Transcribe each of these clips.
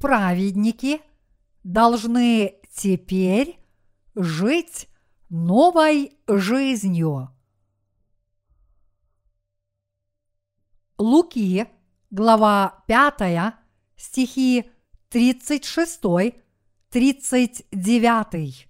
праведники должны теперь жить новой жизнью. Луки, глава 5, стихи 36-39.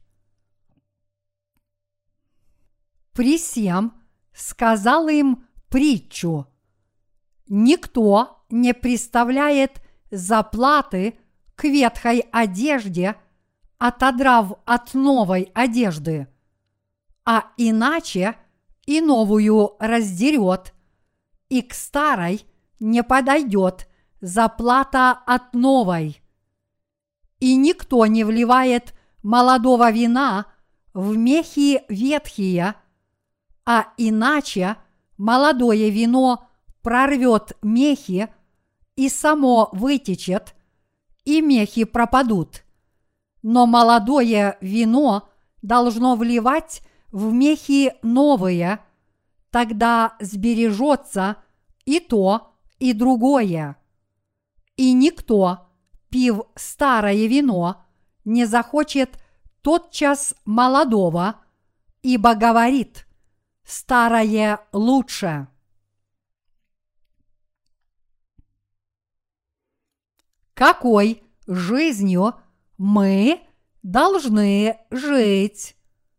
При сем сказал им притчу: «Никто не приставляет заплаты к ветхой одежде, отодрав от новой одежды, а иначе и новую раздерет, и к старой не подойдет заплата от новой. И никто не вливает молодого вина в мехи ветхие, а иначе молодое вино прорвет мехи, и само вытечет, и мехи пропадут. Но молодое вино должно вливать в мехи новые, тогда сбережется и то, и другое. И никто, пив старое вино, не захочет тотчас молодого, ибо говорит: старое лучше». Какой жизнью мы должны жить?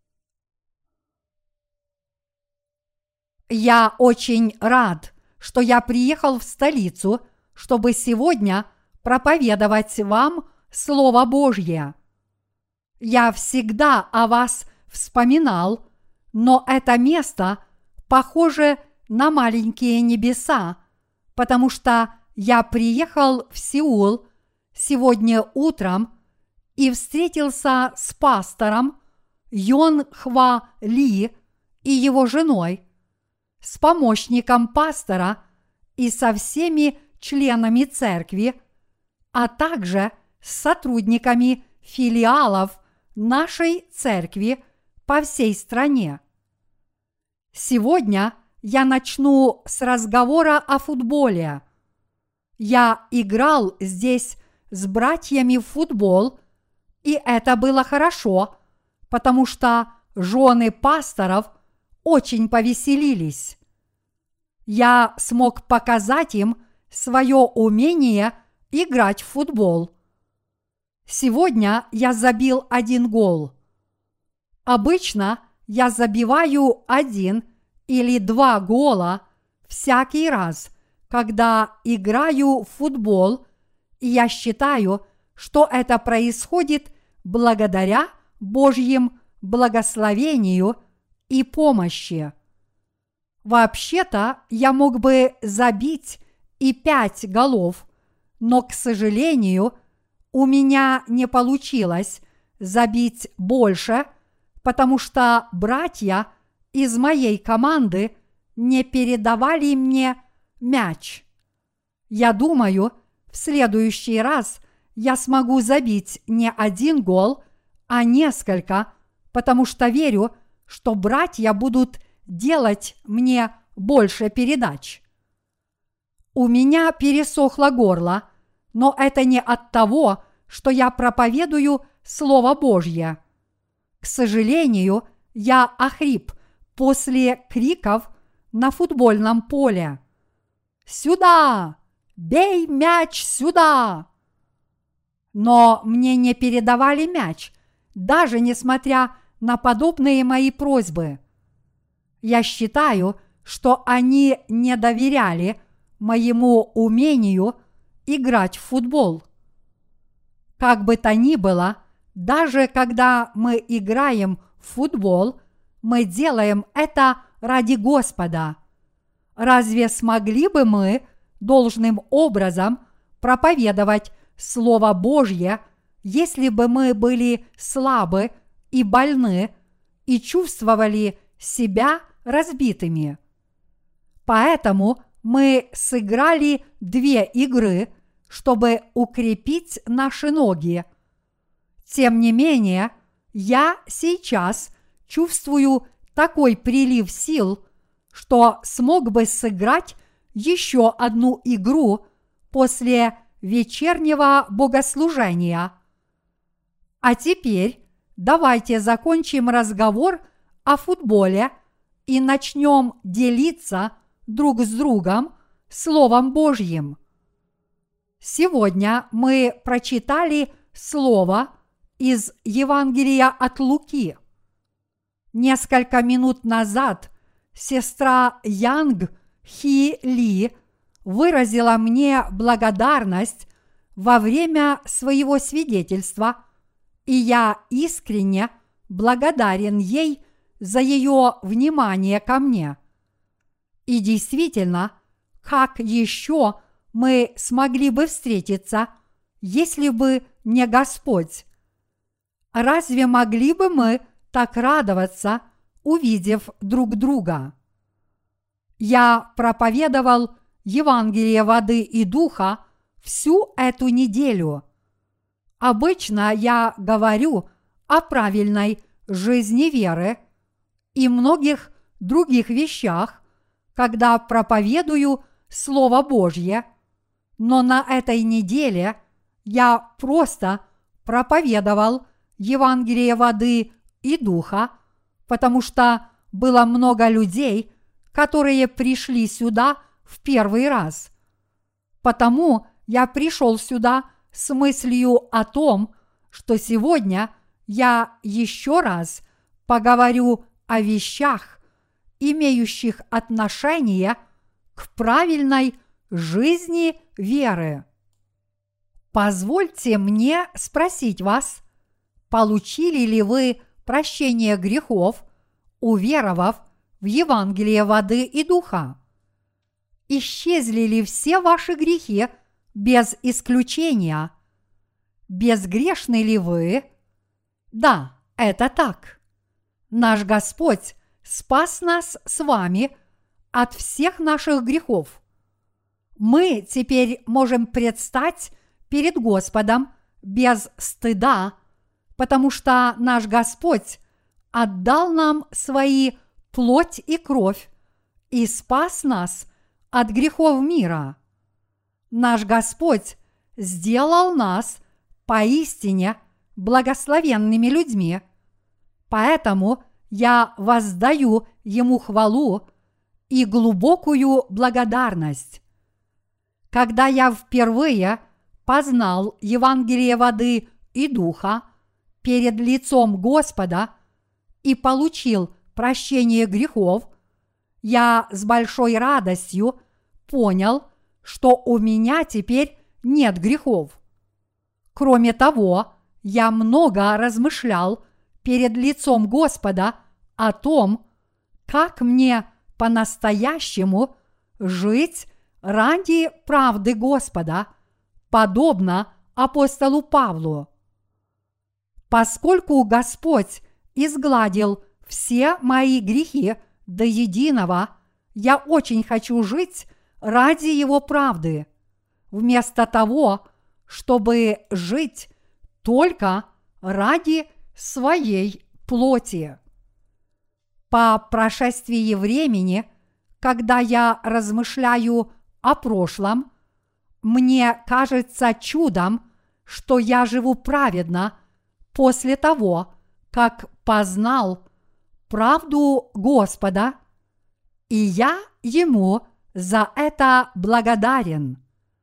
Я очень рад, что я приехал в столицу, чтобы сегодня проповедовать вам Слово Божье. Я всегда о вас вспоминал, но это место похоже на маленькие небеса, потому что я приехал в Сеул сегодня утром и встретился с пастором Йон Хва Ли и его женой, с помощником пастора и со всеми членами церкви, а также с сотрудниками филиалов нашей церкви по всей стране. Сегодня я начну с разговора о футболе. Я играл здесь с братьями в футбол, и это было хорошо, потому что жены пасторов очень повеселились. Я смог показать им свое умение играть в футбол. Сегодня я забил 1 гол. Обычно я забиваю 1 или 2 гола всякий раз, когда играю в футбол, и я считаю, что это происходит благодаря Божьим благословению и помощи. Вообще-то я мог бы забить и 5 голов, но, к сожалению, у меня не получилось забить больше, потому что братья из моей команды не передавали мне мяч. Я думаю, в следующий раз я смогу забить не 1 гол, а несколько, потому что верю, что братья будут делать мне больше передач. У меня пересохло горло, но это не от того, что я проповедую Слово Божье. К сожалению, я охрип после криков на футбольном поле. «Сюда! Бей мяч сюда!» Но мне не передавали мяч, даже несмотря на подобные мои просьбы. Я считаю, что они не доверяли моему умению играть в футбол. Как бы то ни было, даже когда мы играем в футбол, мы делаем это ради Господа. Разве смогли бы мы должным образом проповедовать Слово Божье, если бы мы были слабы и больны и чувствовали себя разбитыми? Поэтому мы сыграли 2 игры, чтобы укрепить наши ноги. Тем не менее, я сейчас чувствую такой прилив сил, что смог бы сыграть еще 1 игру после вечернего богослужения. А теперь давайте закончим разговор о футболе и начнем делиться друг с другом Словом Божьим. Сегодня мы прочитали слово из Евангелия от Луки. Несколько минут назад сестра Янг Хи Ли выразила мне благодарность во время своего свидетельства, и я искренне благодарен ей за ее внимание ко мне. И действительно, как еще мы смогли бы встретиться, если бы не Господь? Разве могли бы мы так радоваться, увидев друг друга? Я проповедовал Евангелие воды и духа всю эту неделю. Обычно я говорю о правильной жизни веры и многих других вещах, когда проповедую Слово Божье, но на этой неделе я просто проповедовал Евангелие воды и духа, потому что было много людей, которые пришли сюда в первый раз. Потому я пришел сюда с мыслью о том, что сегодня я еще раз поговорю о вещах, имеющих отношение к правильной жизни веры. Позвольте мне спросить вас, получили ли вы прощение грехов, уверовав в Евангелие воды и духа? Исчезли ли все ваши грехи без исключения? Безгрешны ли вы? Да, это так. Наш Господь спас нас с вами от всех наших грехов. Мы теперь можем предстать перед Господом без стыда, потому что наш Господь отдал нам свои плоть и кровь и спас нас от грехов мира. Наш Господь сделал нас поистине благословенными людьми, поэтому я воздаю Ему хвалу и глубокую благодарность. Когда я впервые познал Евангелие воды и духа перед лицом Господа и получил прощение грехов, я с большой радостью понял, что у меня теперь нет грехов. Кроме того, я много размышлял перед лицом Господа о том, как мне по-настоящему жить ради правды Господа, подобно апостолу Павлу. Поскольку Господь изгладил все мои грехи до единого, я очень хочу жить ради Его правды, вместо того, чтобы жить только ради своей плоти. По прошествии времени, когда я размышляю о прошлом, мне кажется чудом, что я живу праведно после того, как познал правду Господа, и я Ему за это благодарен.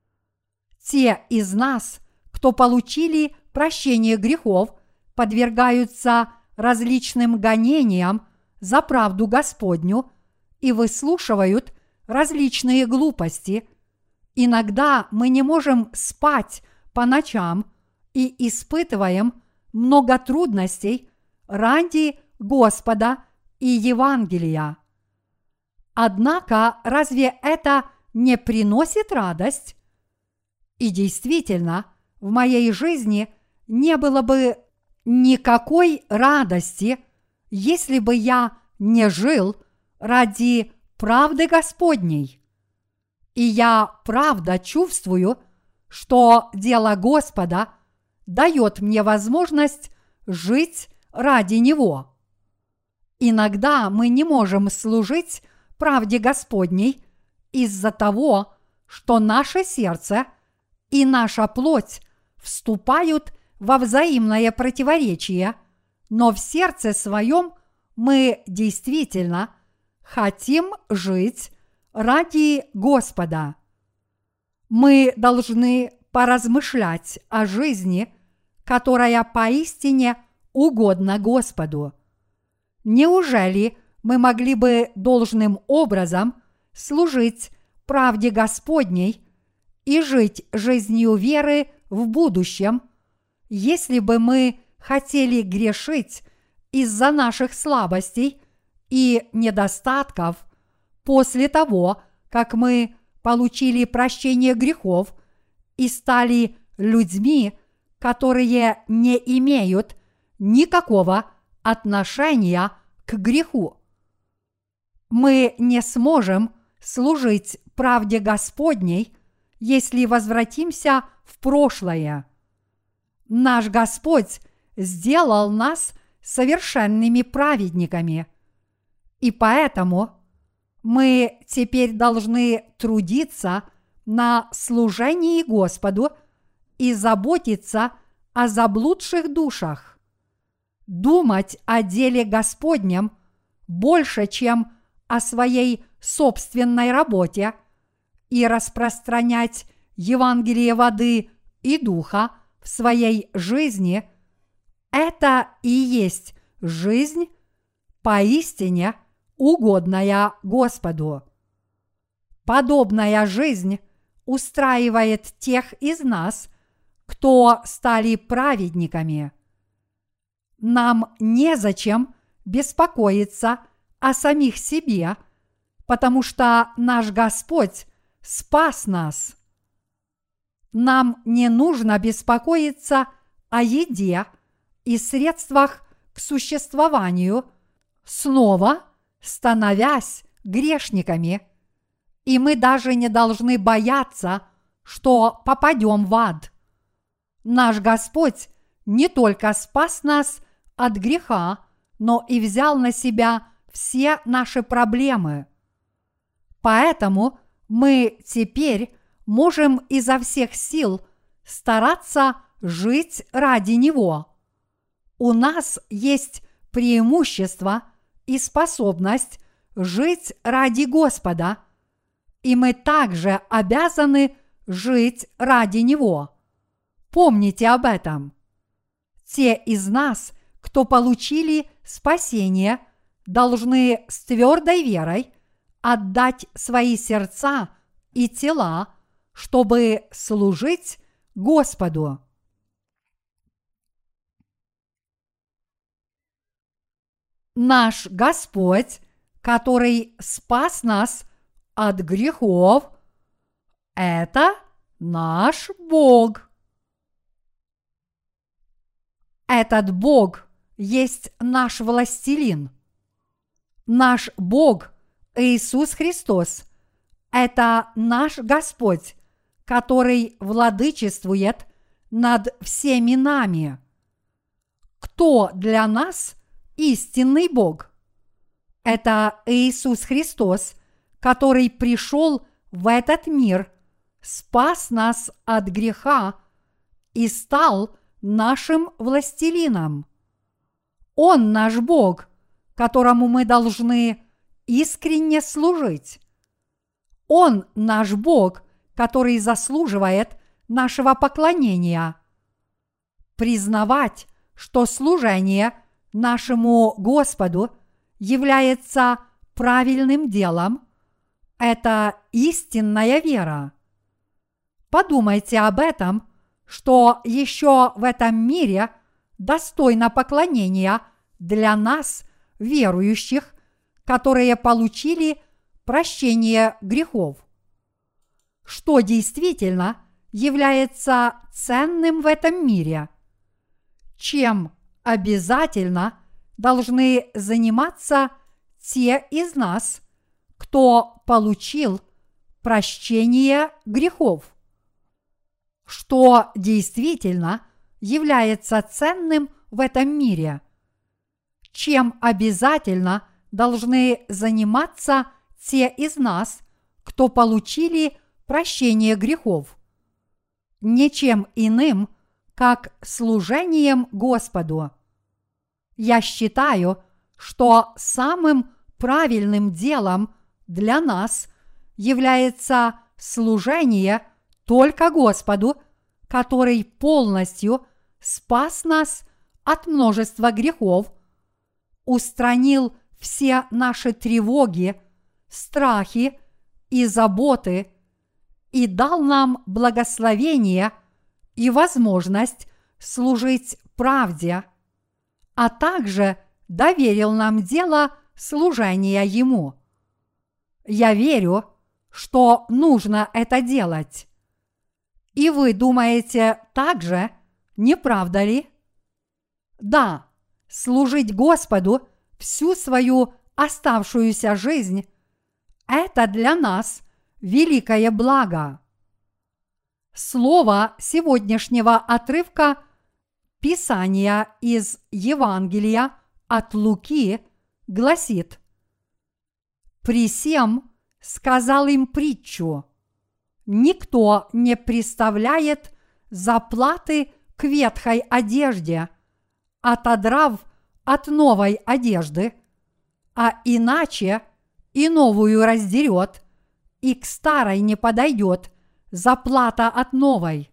Те из нас, кто получили прощение грехов, подвергаются различным гонениям за правду Господню и выслушивают различные глупости. Иногда мы не можем спать по ночам и испытываем много трудностей ради Господа и Евангелия. Однако разве это не приносит радость? И действительно, в моей жизни не было бы никакой радости, если бы я не жил ради правды Господней. И я правда чувствую, что дело Господа дает мне возможность жить ради Него. Иногда мы не можем служить правде Господней из-за того, что наше сердце и наша плоть вступают во взаимное противоречие, но в сердце своем мы действительно хотим жить ради Господа. Мы должны поразмышлять о жизни, которая поистине угодна Господу. Неужели мы могли бы должным образом служить правде Господней и жить жизнью веры в будущем, если бы мы хотели грешить из-за наших слабостей и недостатков после того, как мы получили прощение грехов и стали людьми, которые не имеют никакого отношения к греху? Мы не сможем служить правде Господней, если возвратимся в прошлое. Наш Господь сделал нас совершенными праведниками, и поэтому мы теперь должны трудиться на служении Господу и заботиться о заблудших душах. Думать о деле Господнем больше, чем о своей собственной работе, и распространять Евангелие воды и духа в своей жизни – это и есть жизнь, поистине угодная Господу. Подобная жизнь устраивает тех из нас, кто стали праведниками. Нам незачем беспокоиться о самих себе, потому что наш Господь спас нас. Нам не нужно беспокоиться о еде и средствах к существованию, снова становясь грешниками, и мы даже не должны бояться, что попадем в ад. Наш Господь не только спас нас от греха, но и взял на себя все наши проблемы. Поэтому мы теперь можем изо всех сил стараться жить ради Него. У нас есть преимущество и способность жить ради Господа, и мы также обязаны жить ради Него. Помните об этом. Те из нас, кто получили спасение, должны с твердой верой отдать свои сердца и тела, чтобы служить Господу. Наш Господь, который спас нас от грехов, это наш Бог. Этот Бог есть наш властелин. Наш Бог Иисус Христос – это наш Господь, который владычествует над всеми нами. Кто для нас истинный Бог? Это Иисус Христос, который пришел в этот мир, спас нас от греха и стал нашим властелином. Он наш Бог, которому мы должны искренне служить. Он наш Бог, который заслуживает нашего поклонения. Признавать, что служение нашему Господу является правильным делом, это истинная вера. Подумайте об этом, что еще в этом мире достойно поклонения для нас, верующих, которые получили прощение грехов. Что действительно является ценным в этом мире? Чем обязательно должны заниматься те из нас, кто получил прощение грехов? Что действительно является ценным в этом мире? Чем обязательно должны заниматься те из нас, кто получили прощение грехов? ничем иным, как служением Господу. Я считаю, что самым правильным делом для нас является служение только Господу, который полностью спас нас от множества грехов, устранил все наши тревоги, страхи и заботы и дал нам благословение и возможность служить правде, а также доверил нам дело служения Ему. Я верю, что нужно это делать. И вы думаете так же, не правда ли? Да, служить Господу всю свою оставшуюся жизнь – это для нас великое благо. Слово сегодняшнего отрывка Писания из Евангелия от Луки гласит: «При сем сказал им притчу: никто не приставляет заплаты к ветхой одежде, отодрав от новой одежды, а иначе и новую раздерет, и к старой не подойдет заплата от новой».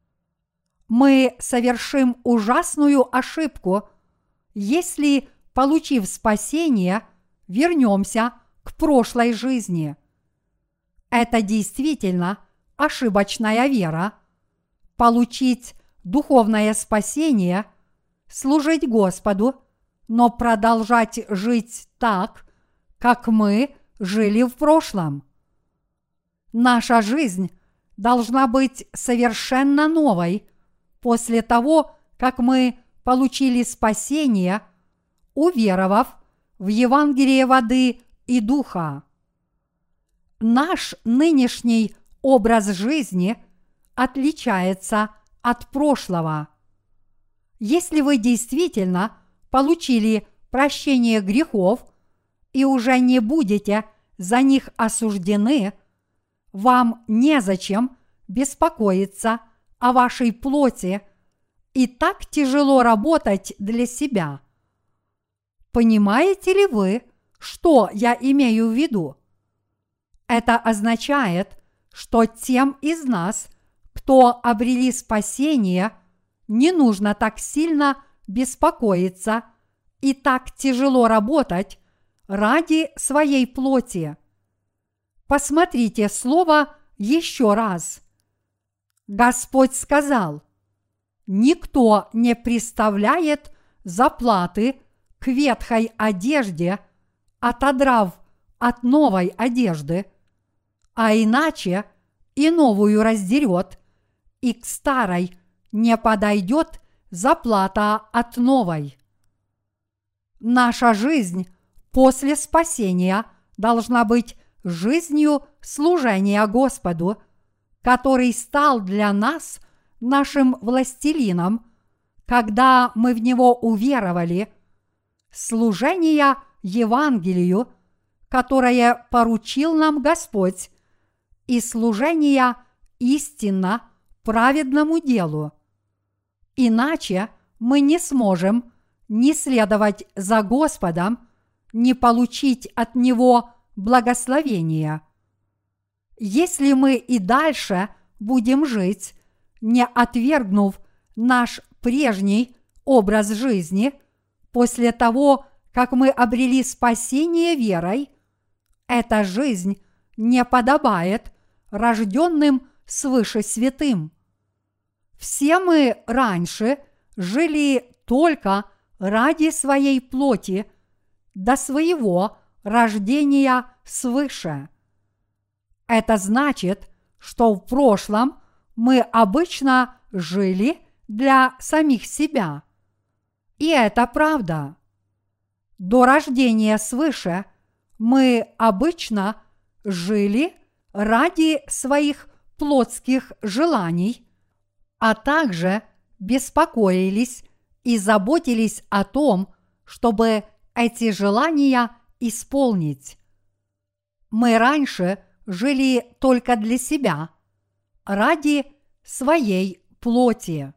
Мы совершим ужасную ошибку, если, получив спасение, вернемся к прошлой жизни. Это действительно ошибочная вера. Получить духовное спасение, служить Господу, но продолжать жить так, как мы жили в прошлом. Наша жизнь должна быть совершенно новой после того, как мы получили спасение, уверовав в Евангелие воды и духа. Наш нынешний образ жизни отличается от прошлого. Если вы действительно получили прощение грехов и уже не будете за них осуждены, вам незачем беспокоиться о вашей плоти и так тяжело работать для себя. Понимаете ли вы, что я имею в виду? Это означает, что тем из нас, кто обрели спасение, не нужно так сильно беспокоиться и так тяжело работать ради своей плоти. Посмотрите слово еще раз. Господь сказал: «Никто не приставляет заплаты к ветхой одежде, отодрав от новой одежды, а иначе и новую раздерет, и к старой не подойдет заплата от новой». Наша жизнь после спасения должна быть жизнью служения Господу, который стал для нас нашим властелином, когда мы в Него уверовали, служение Евангелию, которое поручил нам Господь, и служение истинно праведному делу. Иначе мы не сможем ни следовать за Господом, ни получить от Него благословения. Если мы и дальше будем жить, не отвергнув наш прежний образ жизни, после того, как мы обрели спасение верой, эта жизнь не подобает рожденным свыше святым. Все мы раньше жили только ради своей плоти до своего рождения свыше. Это значит, что в прошлом мы обычно жили для самих себя. И это правда. До рождения свыше мы обычно жили ради своих плотских желаний, а также беспокоились и заботились о том, чтобы эти желания исполнить. Мы раньше жили только для себя, ради своей плоти.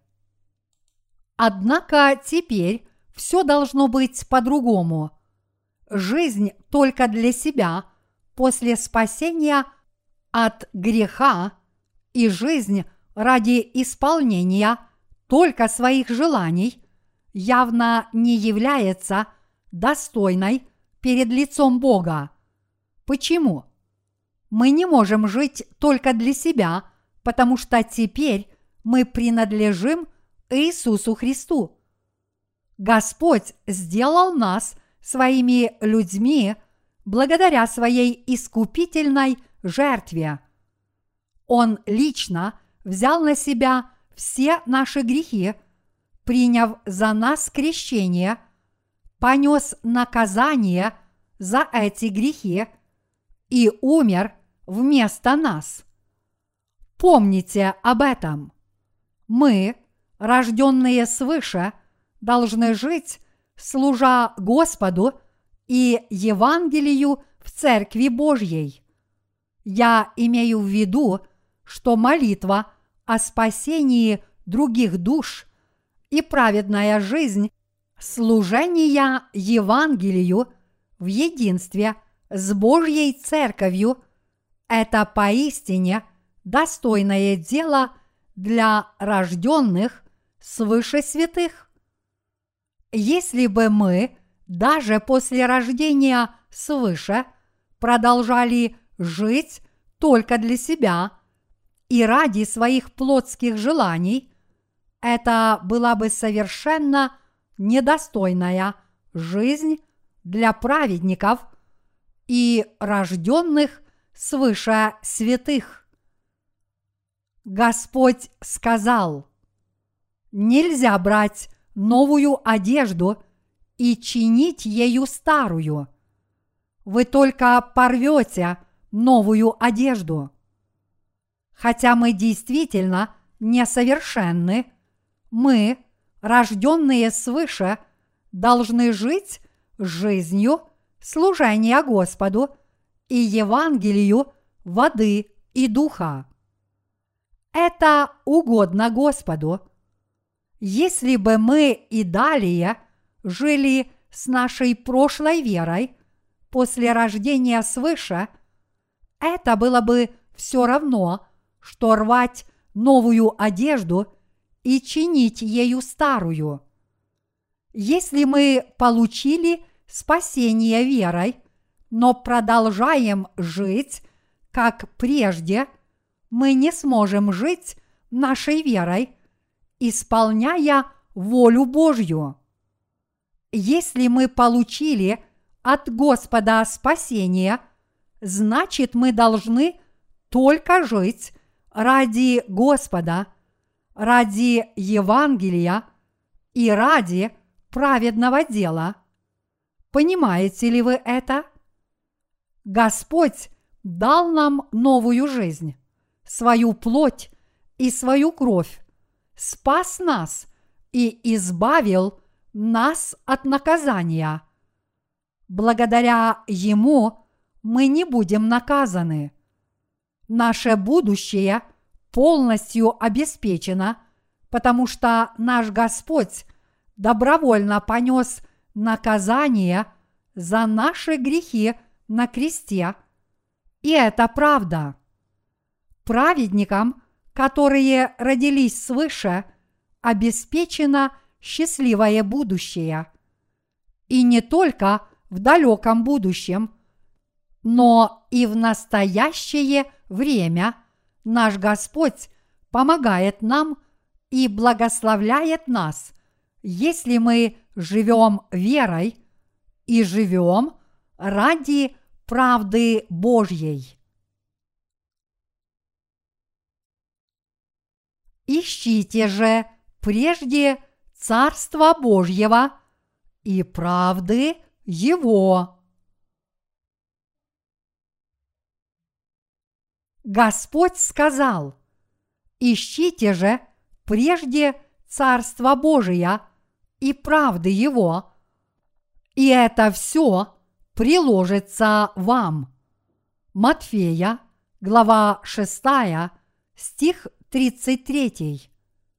Однако теперь все должно быть по-другому. Жизнь только для себя после спасения от греха и жизнь ради исполнения только своих желаний явно не является достойной перед лицом Бога. Почему? Мы не можем жить только для себя, потому что теперь мы принадлежим Иисусу Христу. Господь сделал нас своими людьми благодаря своей искупительной жертве. Он лично взял на себя все наши грехи, приняв за нас крещение, понес наказание за эти грехи и умер вместо нас. Помните об этом. Мы, рожденные свыше, должны жить, служа Господу и Евангелию в Церкви Божьей. Я имею в виду, что молитва о спасении других душ и праведная жизнь служения Евангелию в единстве с Божьей Церковью – это поистине достойное дело для рожденных свыше святых. Если бы мы даже после рождения свыше продолжали жить только для себя и ради своих плотских желаний, это была бы совершенно недостойная жизнь для праведников и рожденных свыше святых. Господь сказал: «Нельзя брать новую одежду и чинить ею старую. Вы только порвете новую одежду». Хотя мы действительно несовершенны, мы, рожденные свыше, должны жить жизнью служения Господу и Евангелию воды и духа. Это угодно Господу. Если бы мы и далее жили с нашей прошлой верой после рождения свыше, это было бы все равно, что рвать новую одежду и чинить ею старую. Если мы получили спасение верой, но продолжаем жить, как прежде, мы не сможем жить нашей верой, исполняя волю Божью. Если мы получили от Господа спасение, значит, мы должны только жить ради Господа, ради Евангелия и ради праведного дела. Понимаете ли вы это? Господь дал нам новую жизнь, свою плоть и свою кровь, спас нас и избавил нас от наказания. Благодаря Ему мы не будем наказаны. Наше будущее полностью обеспечено, потому что наш Господь добровольно понес наказание за наши грехи на кресте, и это правда. Праведникам, которые родились свыше, обеспечено счастливое будущее. И не только в далеком будущем, но и в настоящее время наш Господь помогает нам и благословляет нас, если мы живем верой и живем ради правды Божьей. Ищите же прежде Царства Божьего и правды Его. Господь сказал: «Ищите же прежде Царства Божия и правды Его, и это все приложится вам». Матфея, глава 6, стих 33.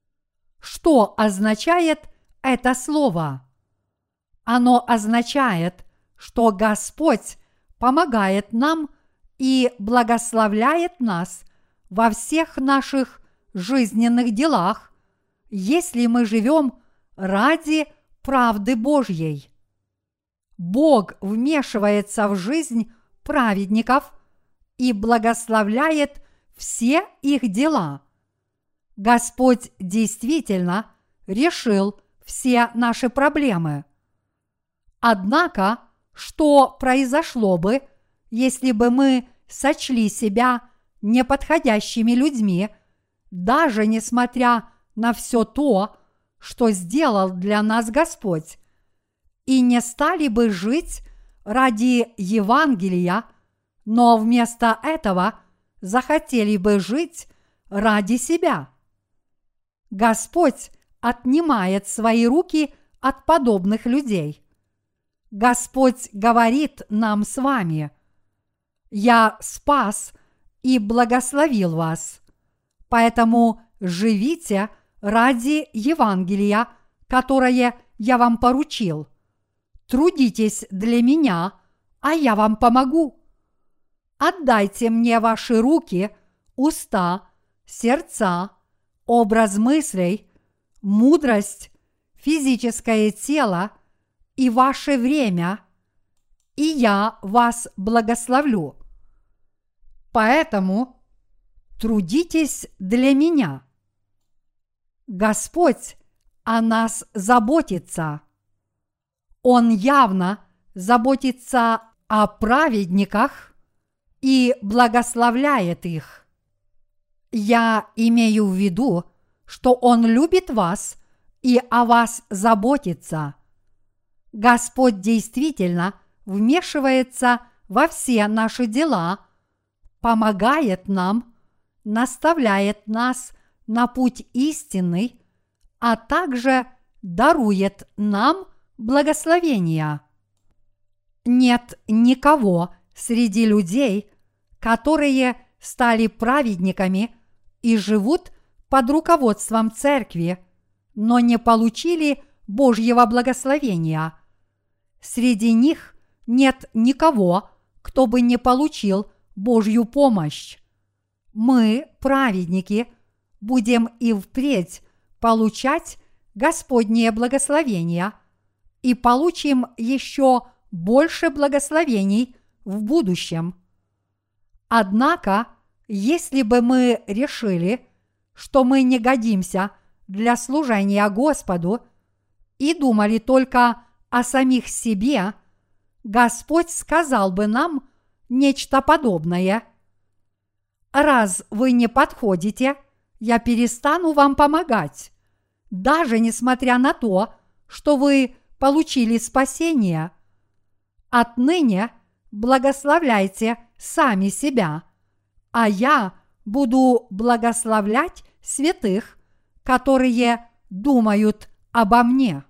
Что означает это слово? Оно означает, что Господь помогает нам и благословляет нас во всех наших жизненных делах, если мы живем ради правды Божьей. Бог вмешивается в жизнь праведников и благословляет все их дела. Господь действительно решил все наши проблемы. Однако, что произошло бы, если бы мы сочли себя неподходящими людьми, даже несмотря на все то, что сделал для нас Господь, и не стали бы жить ради Евангелия, но вместо этого захотели бы жить ради себя? Господь отнимает свои руки от подобных людей. Господь говорит нам с вами: «Я спас и благословил вас, поэтому живите ради Евангелия, которое я вам поручил. Трудитесь для меня, а я вам помогу. Отдайте мне ваши руки, уста, сердца, образ мыслей, мудрость, физическое тело и ваше время, и я вас благословлю. Поэтому трудитесь для меня». Господь о нас заботится. Он явно заботится о праведниках и благословляет их. Я имею в виду, что Он любит вас и о вас заботится. Господь действительно вмешивается во все наши дела, помогает нам, наставляет нас на путь истинный, а также дарует нам благословения. Нет никого среди людей, которые стали праведниками и живут под руководством церкви, но не получили Божьего благословения. Среди них нет никого, кто бы не получил Божью помощь. Мы, праведники, будем и впредь получать Господнее благословение и получим еще больше благословений в будущем. Однако, если бы мы решили, что мы не годимся для служения Господу и думали только о самих себе, Господь сказал бы нам нечто подобное: «Раз вы не подходите, я перестану вам помогать, даже несмотря на то, что вы получили спасение. Отныне благословляйте сами себя, а я буду благословлять святых, которые думают обо мне».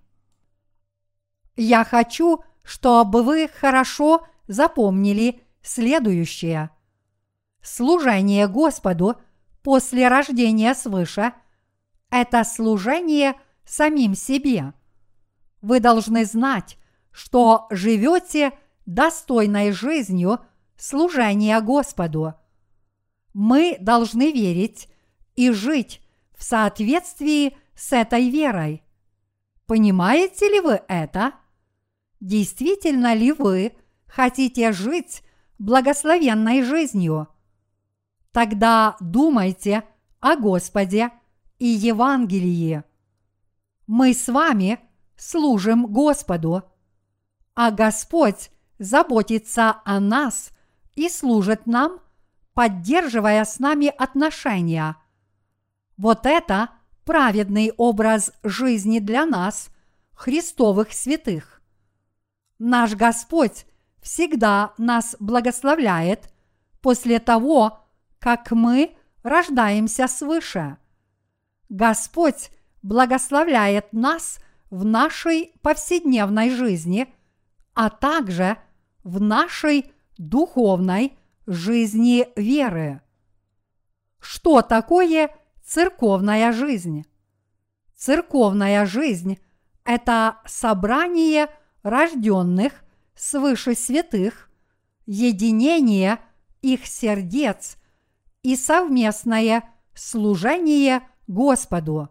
Я хочу, чтобы вы хорошо запомнили следующее. Служение Господу после рождения свыше – это служение самим себе. Вы должны знать, что живете достойной жизнью служения Господу. Мы должны верить и жить в соответствии с этой верой. Понимаете ли вы это? Действительно ли вы хотите жить благословенной жизнью? Тогда думайте о Господе и Евангелии. Мы с вами служим Господу, а Господь заботится о нас и служит нам, поддерживая с нами отношения. Вот это праведный образ жизни для нас, Христовых святых. Наш Господь всегда нас благословляет после того, как мы рождаемся свыше. Господь благословляет нас в нашей повседневной жизни, а также в нашей духовной жизни веры. Что такое церковная жизнь. Церковная жизнь – это собрание рожденных свыше святых, единение их сердец и совместное служение Господу.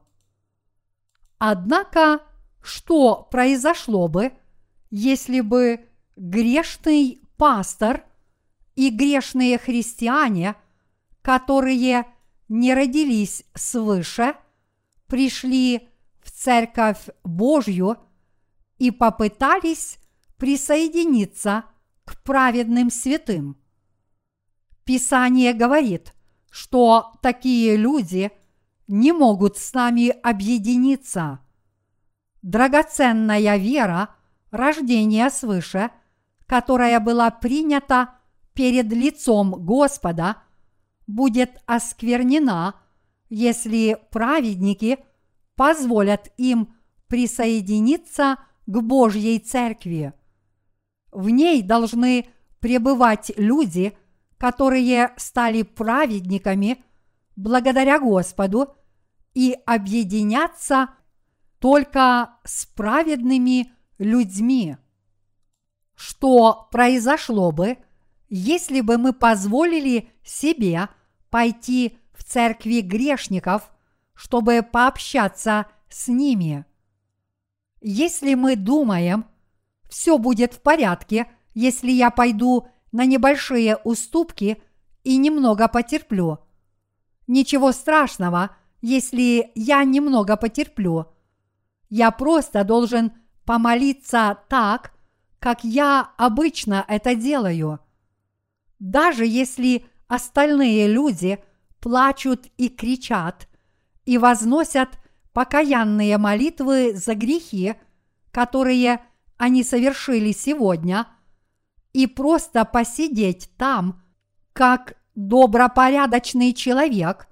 Однако, что произошло бы, если бы грешный пастор и грешные христиане, которые не родились свыше, пришли в Церковь Божью и попытались присоединиться к праведным святым? Писание говорит, что такие люди не могут с нами объединиться. Драгоценная вера, рождение свыше, которая была принята перед лицом Господа, будет осквернена, если праведники позволят им присоединиться к Божьей Церкви. В ней должны пребывать люди, которые стали праведниками благодаря Господу и объединяться только с праведными людьми. Что произошло бы, если бы мы позволили себе пойти в церкви грешников, чтобы пообщаться с ними? Если мы думаем, все будет в порядке, если я пойду на небольшие уступки и немного потерплю. Ничего страшного, если я немного потерплю. Я просто должен помолиться так, как я обычно это делаю. Даже если остальные люди плачут и кричат и возносят покаянные молитвы за грехи, которые они совершили сегодня, и просто посидеть там, как добропорядочный человек,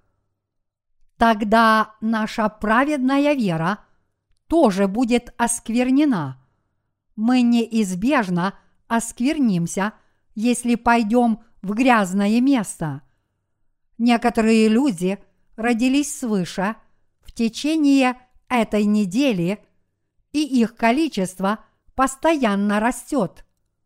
тогда наша праведная вера тоже будет осквернена. Мы неизбежно осквернимся, если пойдем в грязное место. Некоторые люди родились свыше в течение этой недели, и их количество постоянно растет.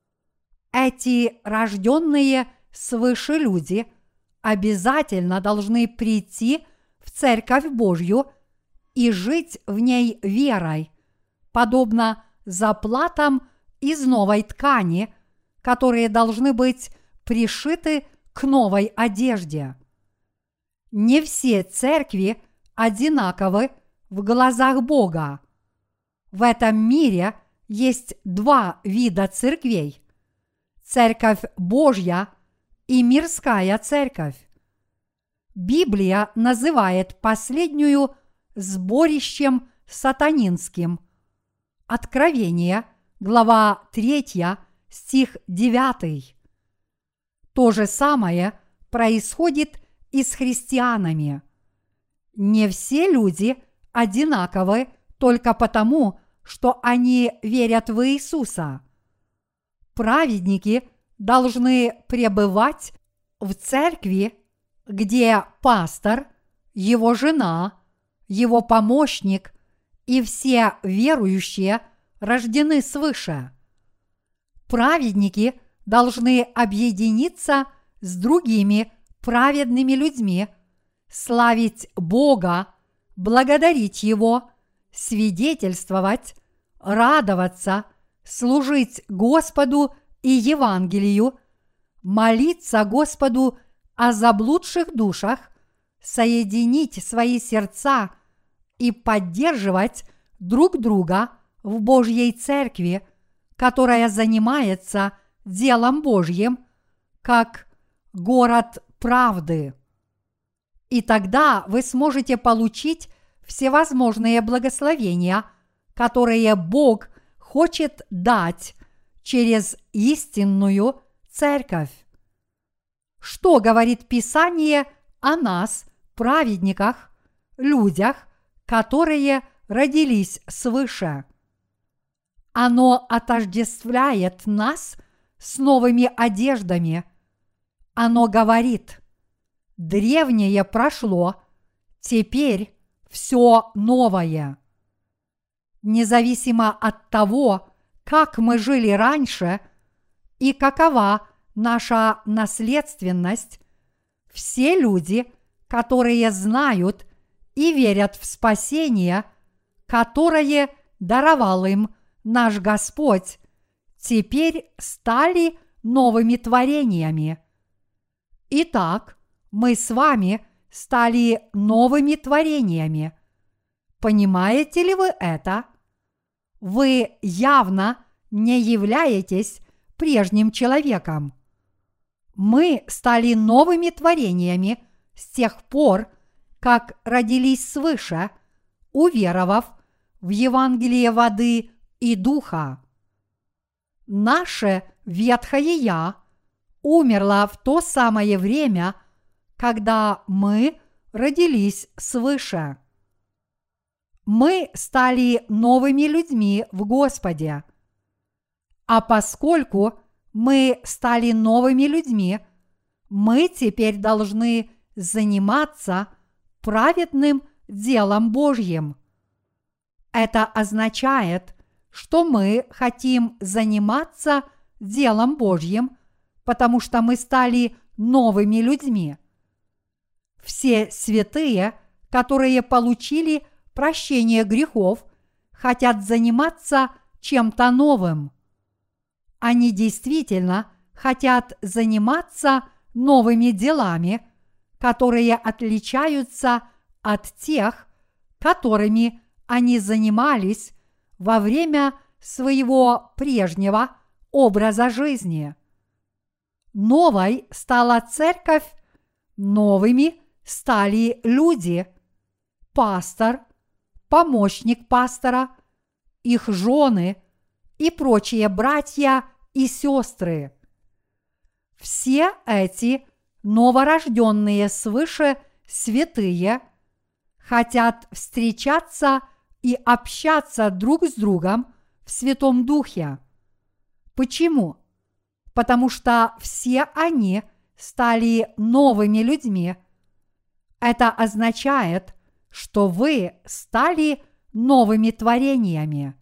Эти рожденные свыше люди обязательно должны прийти в Церковь Божью и жить в ней верой, подобно заплатам из новой ткани, которые должны быть пришиты к новой одежде. Не все церкви одинаковы в глазах Бога. В этом мире есть два вида церквей: Церковь Божья и мирская церковь. Библия называет последнюю сборищем сатанинским. Откровение, глава 3, стих 9. То же самое происходит и с христианами. Не все люди одинаковы только потому, что они верят в Иисуса. Праведники должны пребывать в церкви, где пастор, его жена, его помощник и все верующие рождены свыше. Праведники должны объединиться с другими праведными людьми, славить Бога, благодарить Его, свидетельствовать, радоваться, служить Господу и Евангелию, молиться Господу о заблудших душах, соединить свои сердца и поддерживать друг друга в Божьей Церкви, которая занимается делом Божьим, как город правды. И тогда вы сможете получить всевозможные благословения, которые Бог хочет дать через истинную церковь. Что говорит Писание о нас, праведниках, людях, которые родились свыше? Оно отождествляет нас с новыми одеждами. Оно говорит: древнее прошло, Теперь все новое. Независимо от того, как мы жили раньше и какова наша наследственность, все люди, которые знают и верят в спасение, которое даровал им наш Господь, теперь стали новыми творениями. Итак, мы с вами стали новыми творениями. Понимаете ли вы это? Вы явно не являетесь прежним человеком. Мы стали новыми творениями с тех пор, как родились свыше, уверовав в Евангелие воды и духа. Наше ветхое «я» умерло в то самое время, когда мы родились свыше. Мы стали новыми людьми в Господе. А поскольку мы стали новыми людьми, мы теперь должны заниматься праведным делом Божьим. Это означает, что мы хотим заниматься делом Божьим, потому что мы стали новыми людьми. Все святые, которые получили прощение грехов, хотят заниматься чем-то новым. Они действительно хотят заниматься новыми делами, которые отличаются от тех, которыми они занимались во время своего прежнего образа жизни. Новой стала церковь, новыми стали люди, пастор, помощник пастора, их жены и прочие братья и сестры. Все эти новорожденные свыше святые хотят встречаться и общаться друг с другом в Святом Духе. Почему? Потому что все они стали новыми людьми. Это означает, что вы стали новыми творениями.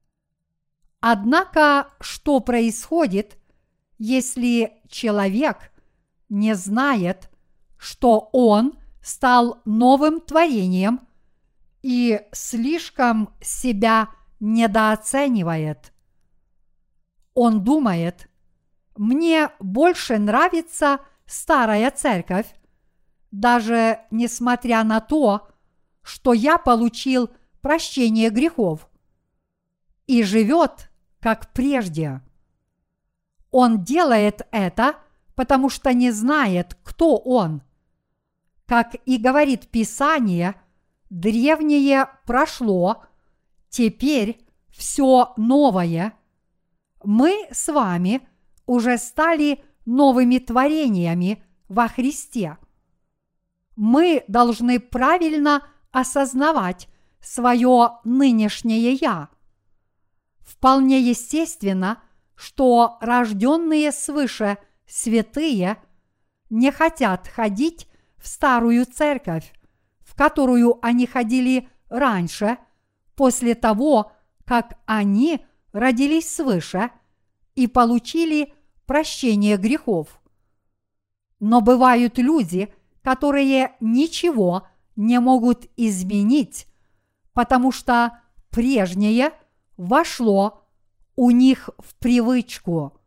Однако, что происходит, если человек не знает, что он стал новым творением и слишком себя недооценивает? Он думает: мне больше нравится старая церковь, даже несмотря на то, что я получил прощение грехов, и живет как прежде. Он делает это, потому что не знает, кто он. Как и говорит Писание, древнее прошло, теперь все новое. Мы с вами уже стали новыми творениями во Христе. Мы должны правильно осознавать свое нынешнее «я». Вполне естественно, что рожденные свыше святые не хотят ходить в старую церковь, в которую они ходили раньше, после того, как они родились свыше и получили прощение грехов. Но бывают люди, которые ничего не могут изменить, потому что прежнее вошло у них в привычку.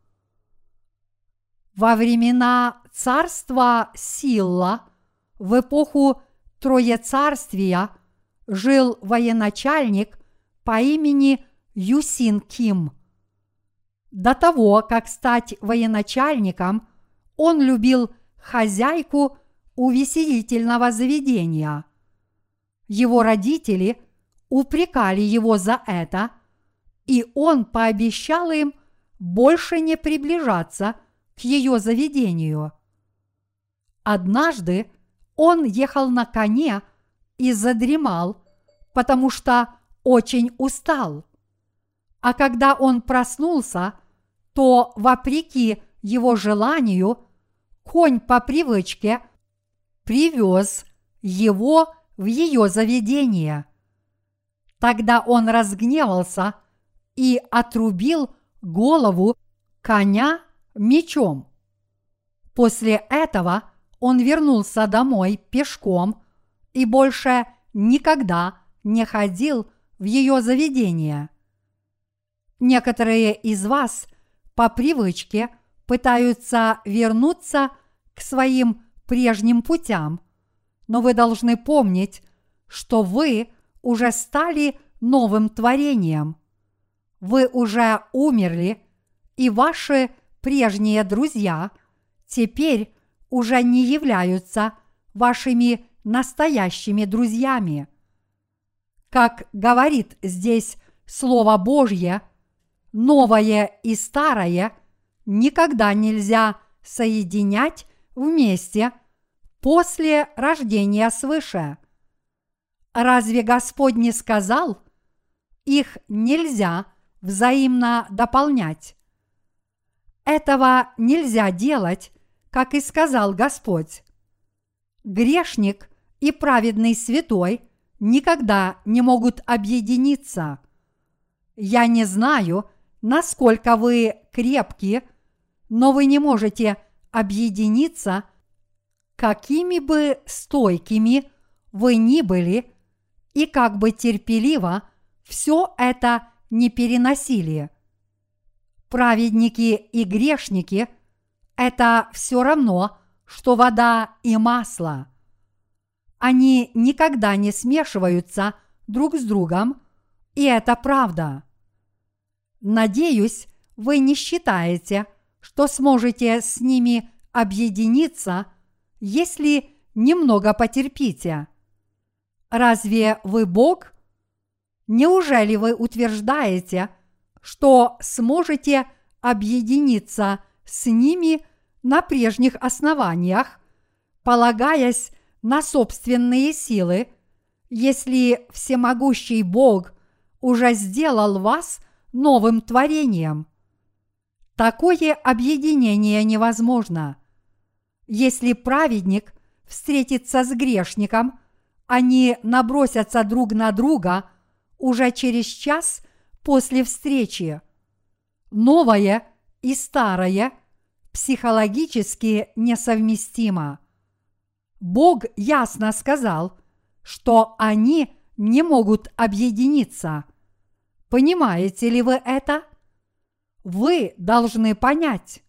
Во времена царства Силла, в эпоху Троецарствия, жил военачальник по имени Юсин Ким. До того, как стать военачальником, он любил хозяйку увеселительного заведения. Его родители упрекали его за это, и он пообещал им больше не приближаться к ее заведению. Однажды он ехал на коне и задремал, потому что очень устал. А когда он проснулся, то, вопреки его желанию, конь по привычке привез его в ее заведение. Тогда он разгневался и отрубил голову коня мечом. После этого он вернулся домой пешком и больше никогда не ходил в ее заведение. Некоторые из вас по привычке пытаются вернуться к своим прежним путям, но вы должны помнить, что вы уже стали новым творением. Вы уже умерли, и ваши прежние друзья теперь уже не являются вашими настоящими друзьями. Как говорит здесь Слово Божье, новое и старое никогда нельзя соединять вместе после рождения свыше. Разве Господь не сказал, их нельзя взаимно дополнять? Этого нельзя делать, как и сказал Господь. Грешник и праведный святой никогда не могут объединиться. Я не знаю, насколько вы крепки, но вы не можете объединиться, какими бы стойкими вы ни были и как бы терпеливо все это не переносили. Праведники и грешники – это все равно, что вода и масло. Они никогда не смешиваются друг с другом, и это правда. Надеюсь, вы не считаете, что сможете с ними объединиться, если немного потерпите. Разве вы Бог? Неужели вы утверждаете, что сможете объединиться с ними на прежних основаниях, полагаясь на собственные силы, если всемогущий Бог уже сделал вас новым творением? Такое объединение невозможно. Если праведник встретится с грешником, они набросятся друг на друга уже через час после встречи. Новое и старое психологически несовместимо. Бог ясно сказал, что они не могут объединиться. Понимаете ли вы это? Вы должны понять.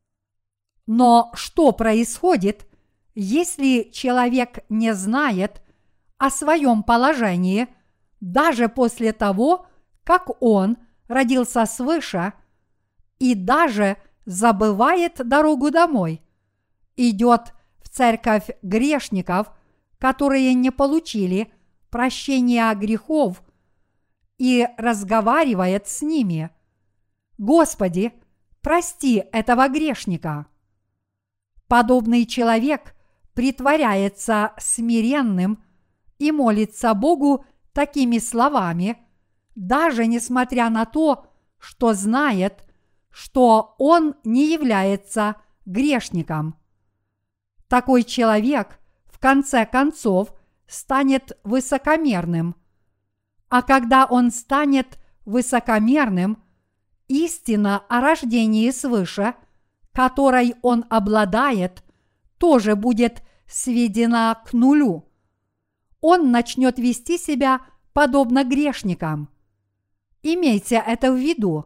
Но что происходит, если человек не знает о своем положении даже после того, как он родился свыше, и даже забывает дорогу домой, идет в церковь грешников, которые не получили прощения грехов, и разговаривает с ними: «Господи, прости этого грешника». Подобный человек притворяется смиренным и молится Богу такими словами, даже несмотря на то, что знает, что он не является грешником. Такой человек в конце концов станет высокомерным. А когда он станет высокомерным, истина о рождении свыше, которой он обладает, тоже будет сведена к нулю. Он начнет вести себя подобно грешникам. Имейте это в виду.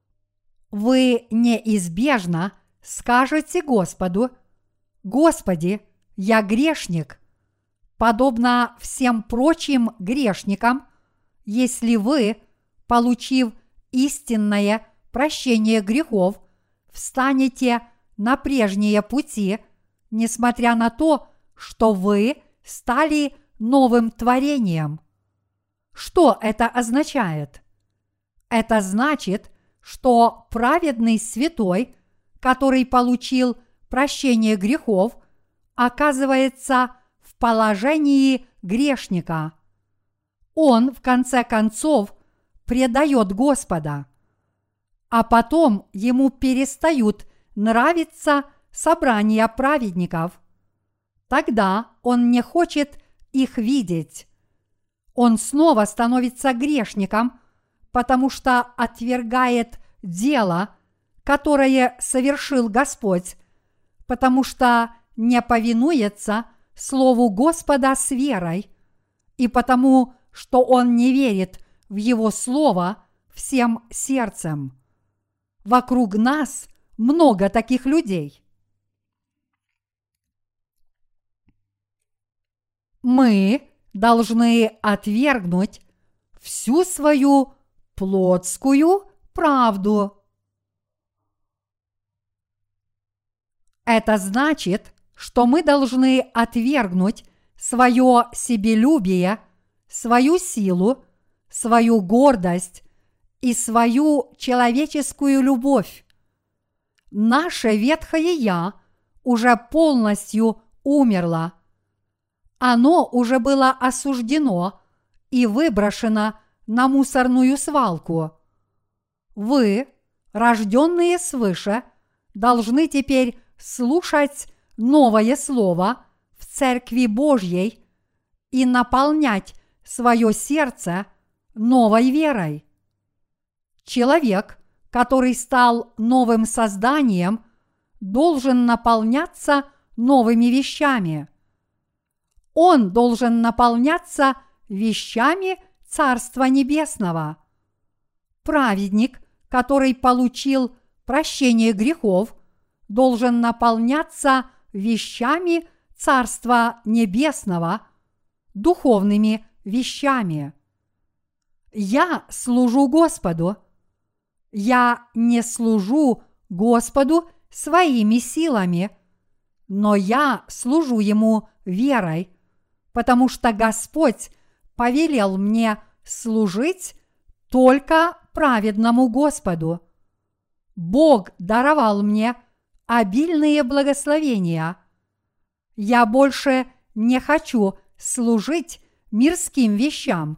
Вы неизбежно скажете Господу: «Господи, я грешник», подобно всем прочим грешникам, если вы, получив истинное прощение грехов, встанете на прежние пути, несмотря на то, что вы стали новым творением. Что это означает? Это значит, что праведный святой, который получил прощение грехов, оказывается в положении грешника. Он, в конце концов, предает Господа, а потом ему перестают нравиться собрания праведников. Тогда он не хочет их видеть. Он снова становится грешником, потому что отвергает дело, которое совершил Господь, потому что не повинуется Слову Господа с верой, и потому, что он не верит в Его Слово всем сердцем. Вокруг нас много таких людей. Мы должны отвергнуть всю свою плотскую правду. Это значит, что мы должны отвергнуть свое себелюбие, свою силу, свою гордость и свою человеческую любовь. Наше ветхое «я» уже полностью умерло. Оно уже было осуждено и выброшено на мусорную свалку. Вы, рожденные свыше, должны теперь слушать новое Слово в Церкви Божьей и наполнять свое сердце новой верой. Человек, который стал новым созданием, должен наполняться новыми вещами. Он должен наполняться вещами Царства Небесного. Праведник, который получил прощение грехов, должен наполняться вещами Царства Небесного, духовными вещами. Я служу Господу. Я не служу Господу своими силами, но я служу Ему верой, потому что Господь повелел мне служить только праведному Господу. Бог даровал мне обильные благословения. Я больше не хочу служить мирским вещам.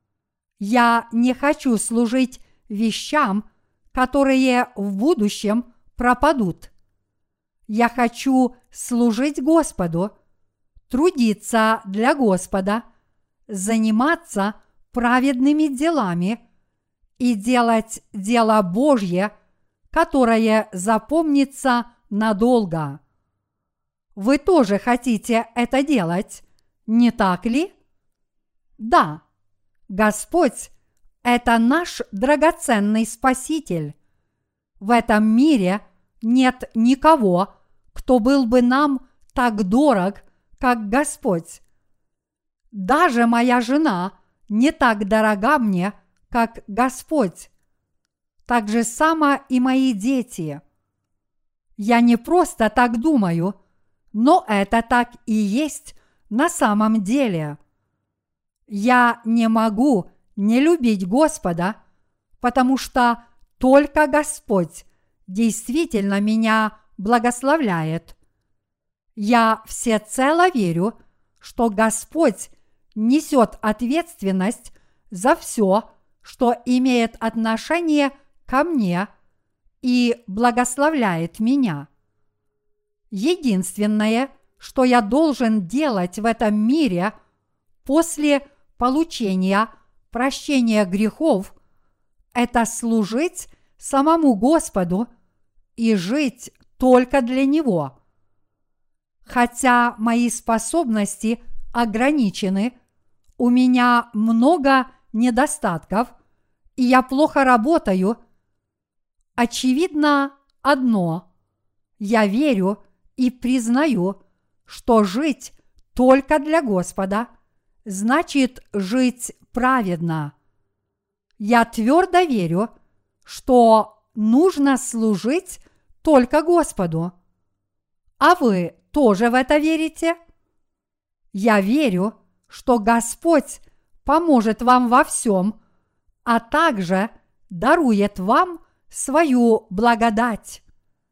Я не хочу служить вещам, которые в будущем пропадут. Я хочу служить Господу, трудиться для Господа, заниматься праведными делами и делать дело Божье, которое запомнится надолго. Вы тоже хотите это делать, не так ли? Да, Господь – это наш драгоценный Спаситель. В этом мире нет никого, кто был бы нам так дорог, как Господь. Даже моя жена не так дорога мне, как Господь. Так же само и мои дети. Я не просто так думаю, но это так и есть на самом деле. Я не могу не любить Господа, потому что только Господь действительно меня благословляет. Я всецело верю, что Господь несет ответственность за все, что имеет отношение ко мне, и благословляет меня. Единственное, что я должен делать в этом мире после получения прощения грехов, это служить самому Господу и жить только для Него. Хотя мои способности ограничены, у меня много недостатков, и я плохо работаю, очевидно одно: я верю и признаю, что жить только для Господа значит жить праведно. Я твердо верю, что нужно служить только Господу. А вы тоже в это верите? Я верю, что Господь поможет вам во всем, а также дарует вам свою благодать.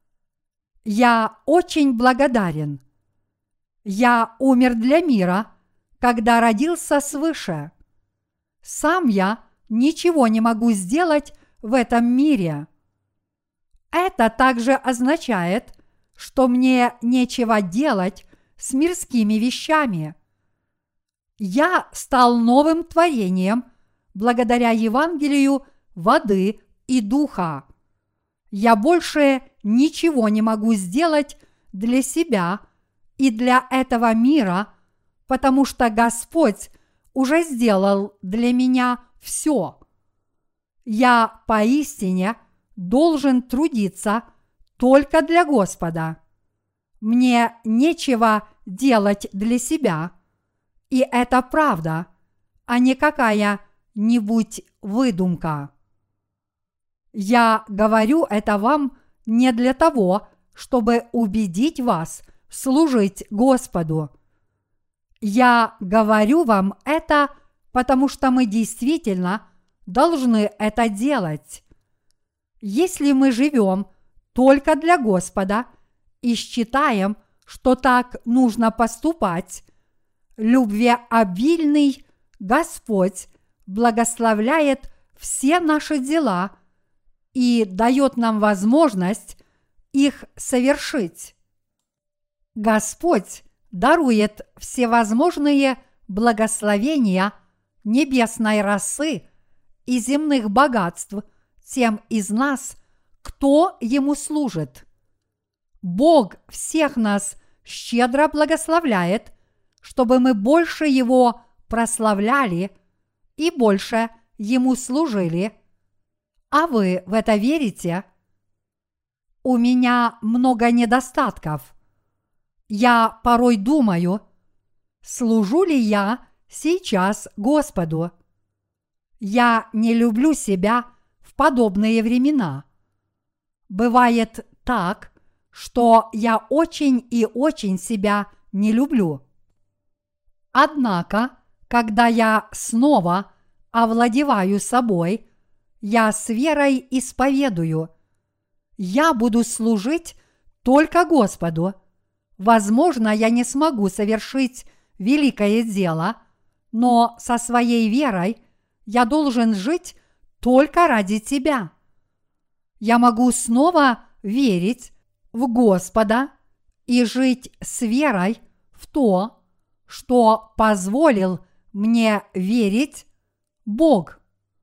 Я очень благодарен. Я умер для мира, когда родился свыше. Сам я ничего не могу сделать в этом мире. Это также означает, что мне нечего делать с мирскими вещами. Я стал новым творением благодаря Евангелию воды и духа. Я больше ничего не могу сделать для себя и для этого мира, потому что Господь уже сделал для меня все. Я поистине должен трудиться только для Господа. Мне нечего делать для себя, и это правда, а не какая-нибудь выдумка. Я говорю это вам не для того, чтобы убедить вас служить Господу. Я говорю вам это, потому что мы действительно должны это делать. Если мы живем только для Господа и считаем, что так нужно поступать, любвеобильный Господь благословляет все наши дела и дает нам возможность их совершить. Господь дарует всевозможные благословения небесной расы и земных богатств тем из нас, кто Ему служит. Бог всех нас щедро благословляет, чтобы мы больше Его прославляли и больше Ему служили. А вы в это верите? У меня много недостатков. Я порой думаю, служу ли я сейчас Господу? Я не люблю себя в подобные времена. Бывает так, что я очень и очень себя не люблю. Однако, когда я снова овладеваю собой, я с верой исповедую: я буду служить только Господу. Возможно, я не смогу совершить великое дело, но со своей верой я должен жить только ради Тебя. Я могу снова верить в Господа и жить с верой в то, что позволил мне верить Бог.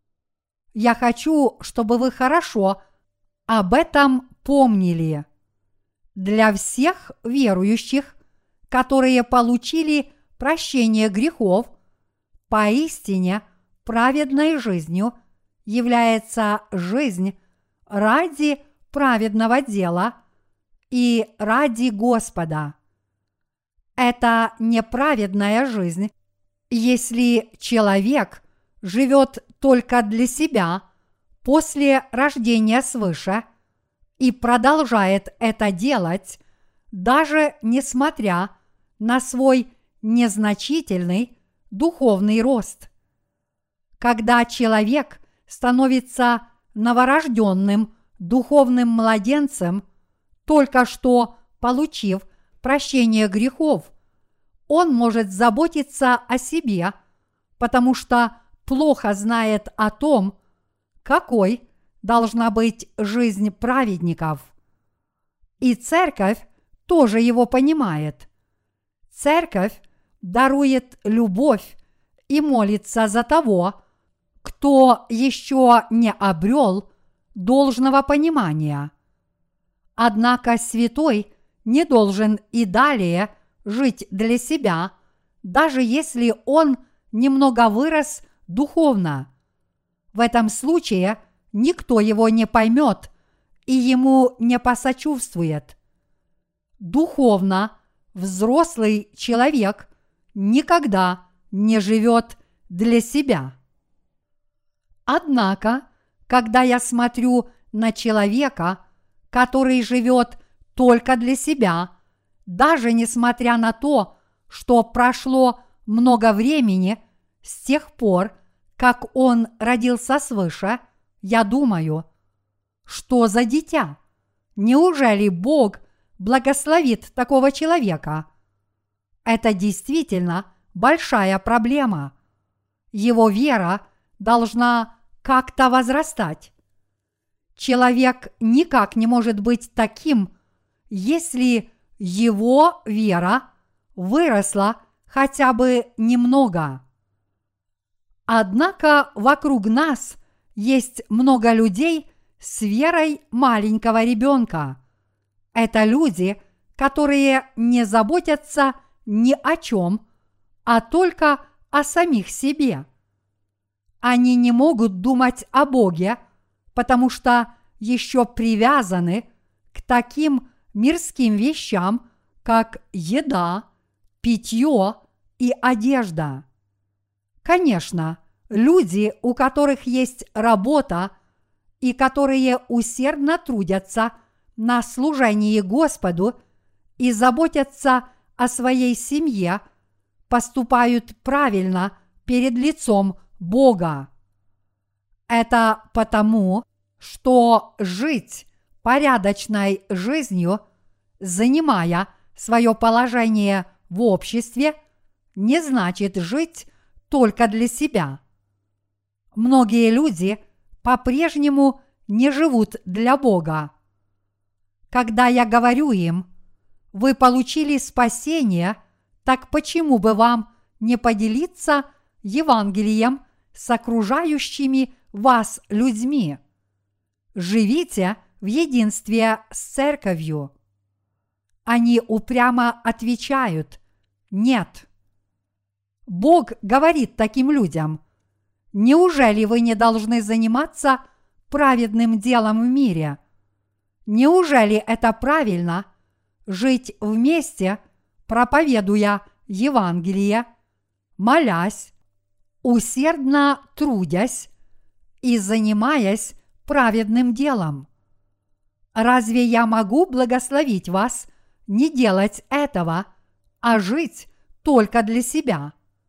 Я хочу, чтобы вы хорошо об этом помнили. Для всех верующих, которые получили прощение грехов, поистине праведной жизнью является жизнь ради праведного дела и ради Господа. Это неправедная жизнь, если человек живет только для себя после рождения свыше и продолжает это делать, даже несмотря на свой незначительный духовный рост. Когда человек становится новорожденным духовным младенцем, только что получив прощение грехов, он может заботиться о себе, потому что плохо знает о том, какой должна быть жизнь праведников. И церковь тоже его понимает. Церковь дарует любовь и молится за того, кто еще не обрел должного понимания. Однако святой не должен и далее жить для себя, даже если он немного вырос духовно. В этом случае никто его не поймет и ему не посочувствует. Духовно взрослый человек никогда не живет для себя. Однако, когда я смотрю на человека, который живет только для себя, даже несмотря на то, что прошло много времени с тех пор, как он родился свыше, я думаю: что за дитя? Неужели Бог благословит такого человека? Это действительно большая проблема. Его вера должна как-то возрастать. Человек никак не может быть таким, если его вера выросла хотя бы немного. Однако вокруг нас есть много людей с верой маленького ребенка. Это люди, которые не заботятся ни о чем, а только о самих себе. Они не могут думать о Боге, потому что еще привязаны к таким мирским вещам, как еда, питье и одежда. Конечно, люди, у которых есть работа и которые усердно трудятся на служении Господу и заботятся о своей семье, поступают правильно перед лицом Бога. Это потому, что жить порядочной жизнью, занимая свое положение в обществе, не значит жить только для себя. Многие люди по-прежнему не живут для Бога. Когда я говорю им: вы получили спасение, так почему бы вам не поделиться Евангелием с окружающими вас людьми? Живите в единстве с церковью. Они упрямо отвечают: нет. Бог говорит таким людям: неужели вы не должны заниматься праведным делом в мире? Неужели это правильно жить вместе, проповедуя Евангелие, молясь, усердно трудясь и занимаясь праведным делом? Разве я могу благословить вас не делать этого, а жить только для себя?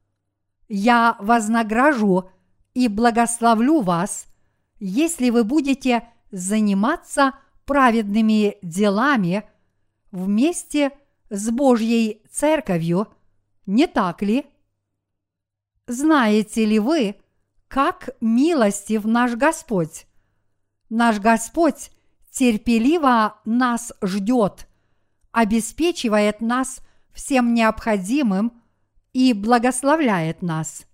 Я вознагражу и благословлю вас, если вы будете заниматься праведными делами вместе с Божьей Церковью, не так ли? Знаете ли вы, как милостив наш Господь? Наш Господь терпеливо нас ждет, обеспечивает нас всем необходимым и благословляет нас.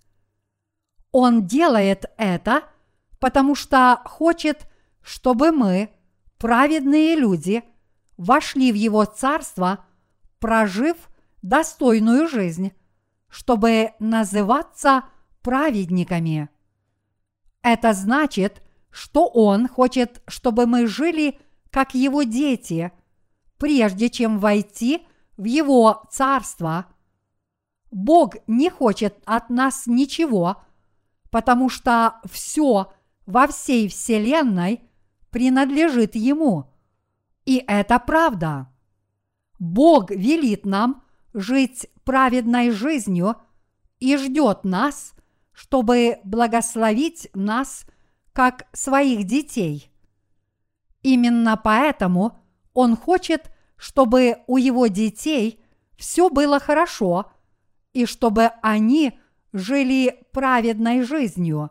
Он делает это, потому что хочет, чтобы мы, праведные люди, вошли в Его Царство, прожив достойную жизнь, чтобы называться праведниками. Это значит, что Он хочет, чтобы мы жили как Его дети, прежде чем войти в Его Царство. Бог не хочет от нас ничего, потому что все во всей Вселенной принадлежит Ему. И это правда. Бог велит нам жить праведной жизнью и ждет нас, чтобы благословить нас как своих детей. Именно поэтому Он хочет, чтобы у Его детей все было хорошо и чтобы они жили праведной жизнью.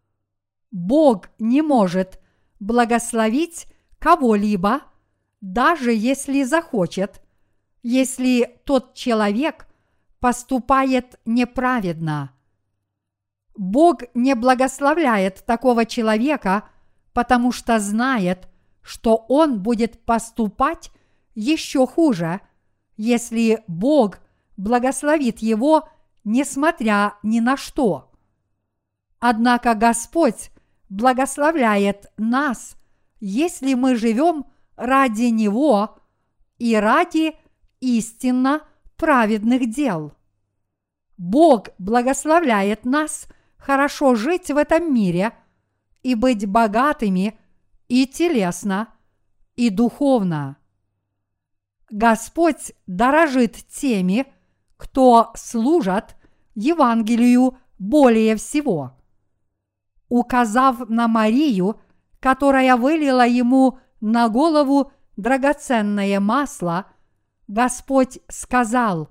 Бог не может благословить кого-либо, даже если захочет, если тот человек поступает неправедно. Бог не благословляет такого человека, потому что знает, что он будет поступать еще хуже, если Бог благословит его, несмотря ни на что. Однако Господь благословляет нас, если мы живем ради Него и ради истинно праведных дел. Бог благословляет нас хорошо жить в этом мире и быть богатыми и телесно, и духовно. Господь дорожит теми, кто служат Евангелию более всего. Указав на Марию, которая вылила ему на голову драгоценное масло, Господь сказал: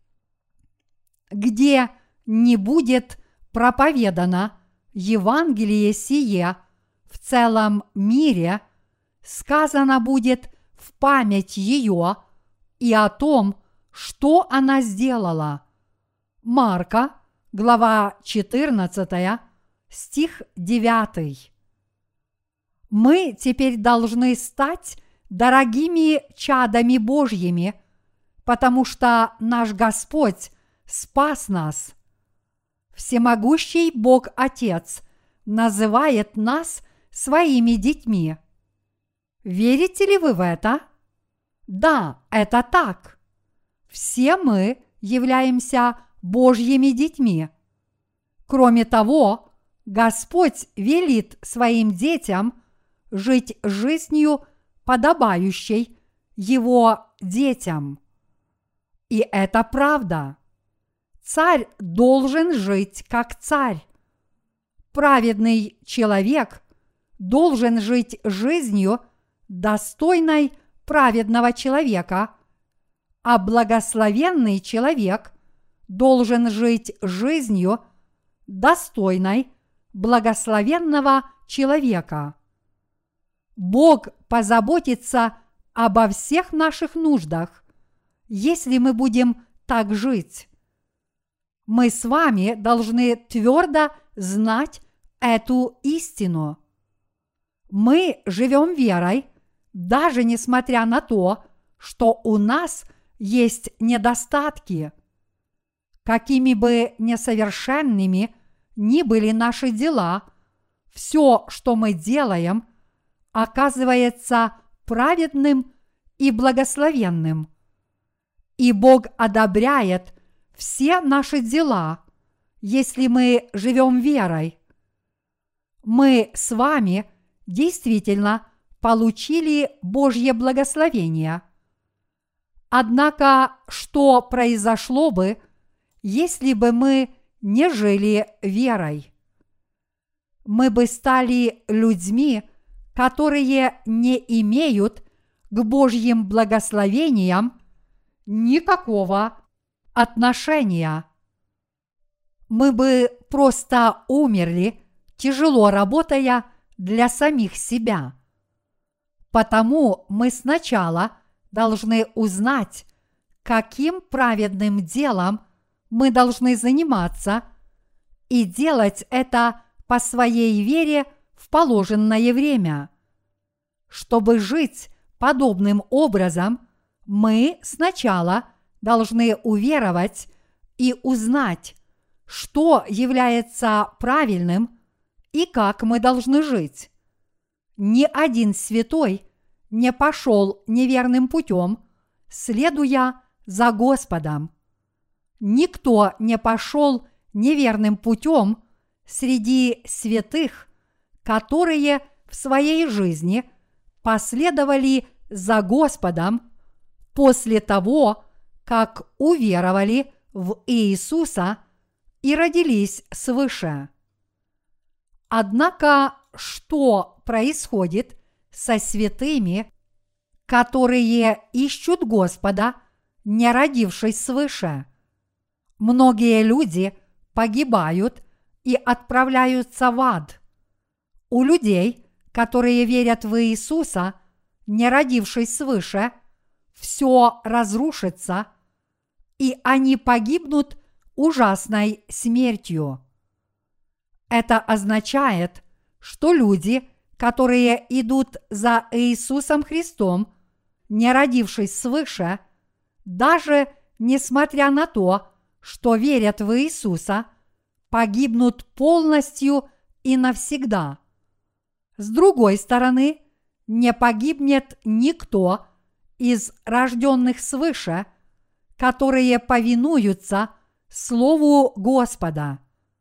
«Где не будет проповедано Евангелие сие в целом мире, сказано будет в память ее и о том, что она сделала. Марка, глава 14, стих 9. Мы теперь должны стать дорогими чадами Божьими, потому что наш Господь спас нас. Всемогущий Бог Отец называет нас своими детьми. Верите ли вы в это? Да, это так. Все мы являемся Божьими детьми. Кроме того, Господь велит своим детям жить жизнью, подобающей Его детям. И это правда. Царь должен жить как царь. Праведный человек должен жить жизнью, достойной праведного человека, а благословенный человек должен жить жизнью, достойной благословенного человека. Бог позаботится обо всех наших нуждах, если мы будем так жить. Мы с вами должны твердо знать эту истину. Мы живем верой, даже несмотря на то, что у нас есть недостатки. Какими бы несовершенными ни были наши дела, все, что мы делаем, оказывается праведным и благословенным. И Бог одобряет все наши дела, если мы живем верой. Мы с вами действительно получили Божье благословение. Однако, что произошло бы, если бы мы не жили верой? Мы бы стали людьми, которые не имеют к Божьим благословениям никакого отношения. Мы бы просто умерли, тяжело работая для самих себя. Потому мы сначала должны узнать, каким праведным делом мы должны заниматься, и делать это по своей вере в положенное время. Чтобы жить подобным образом, мы сначала должны уверовать и узнать, что является правильным и как мы должны жить. Ни один святой не пошел неверным путем, следуя за Господом. Никто не пошел неверным путем среди святых, которые в своей жизни последовали за Господом после того, как уверовали в Иисуса и родились свыше. Однако, что происходит со святыми, которые ищут Господа, не родившись свыше? Многие люди погибают и отправляются в ад. У людей, которые верят в Иисуса, не родившись свыше, все разрушится, и они погибнут ужасной смертью. Это означает, что люди, которые идут за Иисусом Христом, не родившись свыше, даже несмотря на то, что верят в Иисуса, погибнут полностью и навсегда. С другой стороны, не погибнет никто из рожденных свыше, которые повинуются Слову Господа.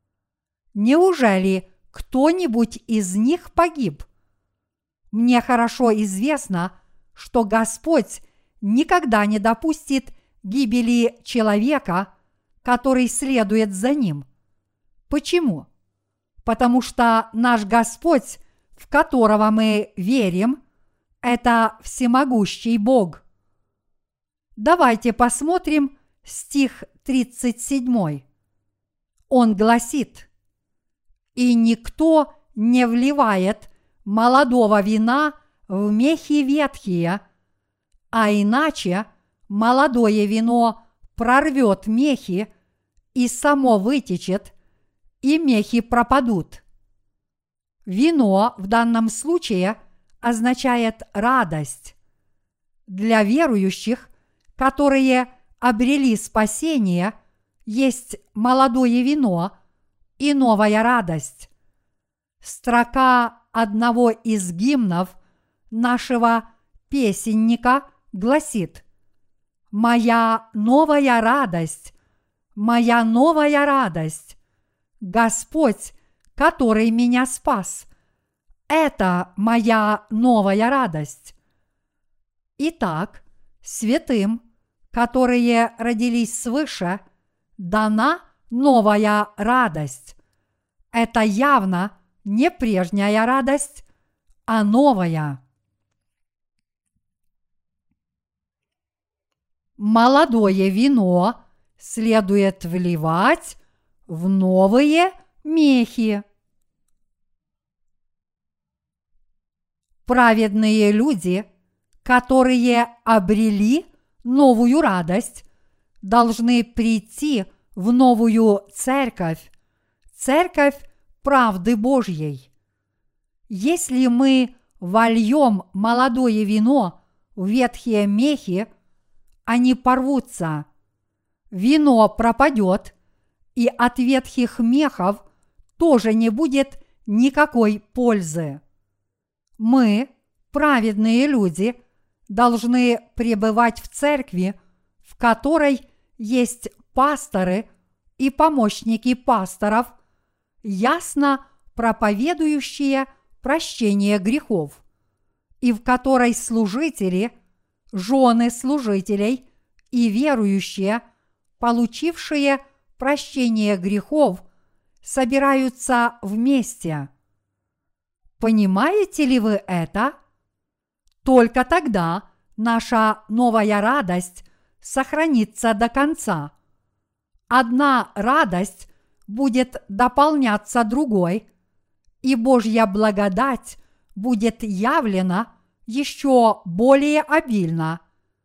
Неужели кто-нибудь из них погиб? Мне хорошо известно, что Господь никогда не допустит гибели человека, который следует за Ним. Почему? Потому что наш Господь, в которого мы верим, это всемогущий Бог. Давайте посмотрим стих 37. Он гласит: «И никто не вливает молодого вина в мехи ветхие, а иначе молодое вино прорвет мехи, и само вытечет, и мехи пропадут. Вино в данном случае означает радость. Для верующих, которые обрели спасение, есть молодое вино и новая радость. Строка одного из гимнов нашего песенника гласит: «Моя новая радость, Господь, который меня спас, это моя новая радость». Итак, святым, которые родились свыше, дана новая радость. Это явно не прежняя радость, а новая. Молодое вино следует вливать в новые мехи. Праведные люди, которые обрели новую радость, должны прийти в новую церковь, церковь правды Божьей. Если мы вольем молодое вино в ветхие мехи, они порвутся, вино пропадет, и от ветхих мехов тоже не будет никакой пользы. Мы, праведные люди, должны пребывать в церкви, в которой есть пасторы и помощники пасторов, ясно проповедующие прощение грехов, и в которой служители, жены служителей и верующие, получившие прощение грехов, собираются вместе. Понимаете ли вы это? Только тогда наша новая радость сохранится до конца. Одна радость будет дополняться другой, и Божья благодать будет явлена еще более обильно.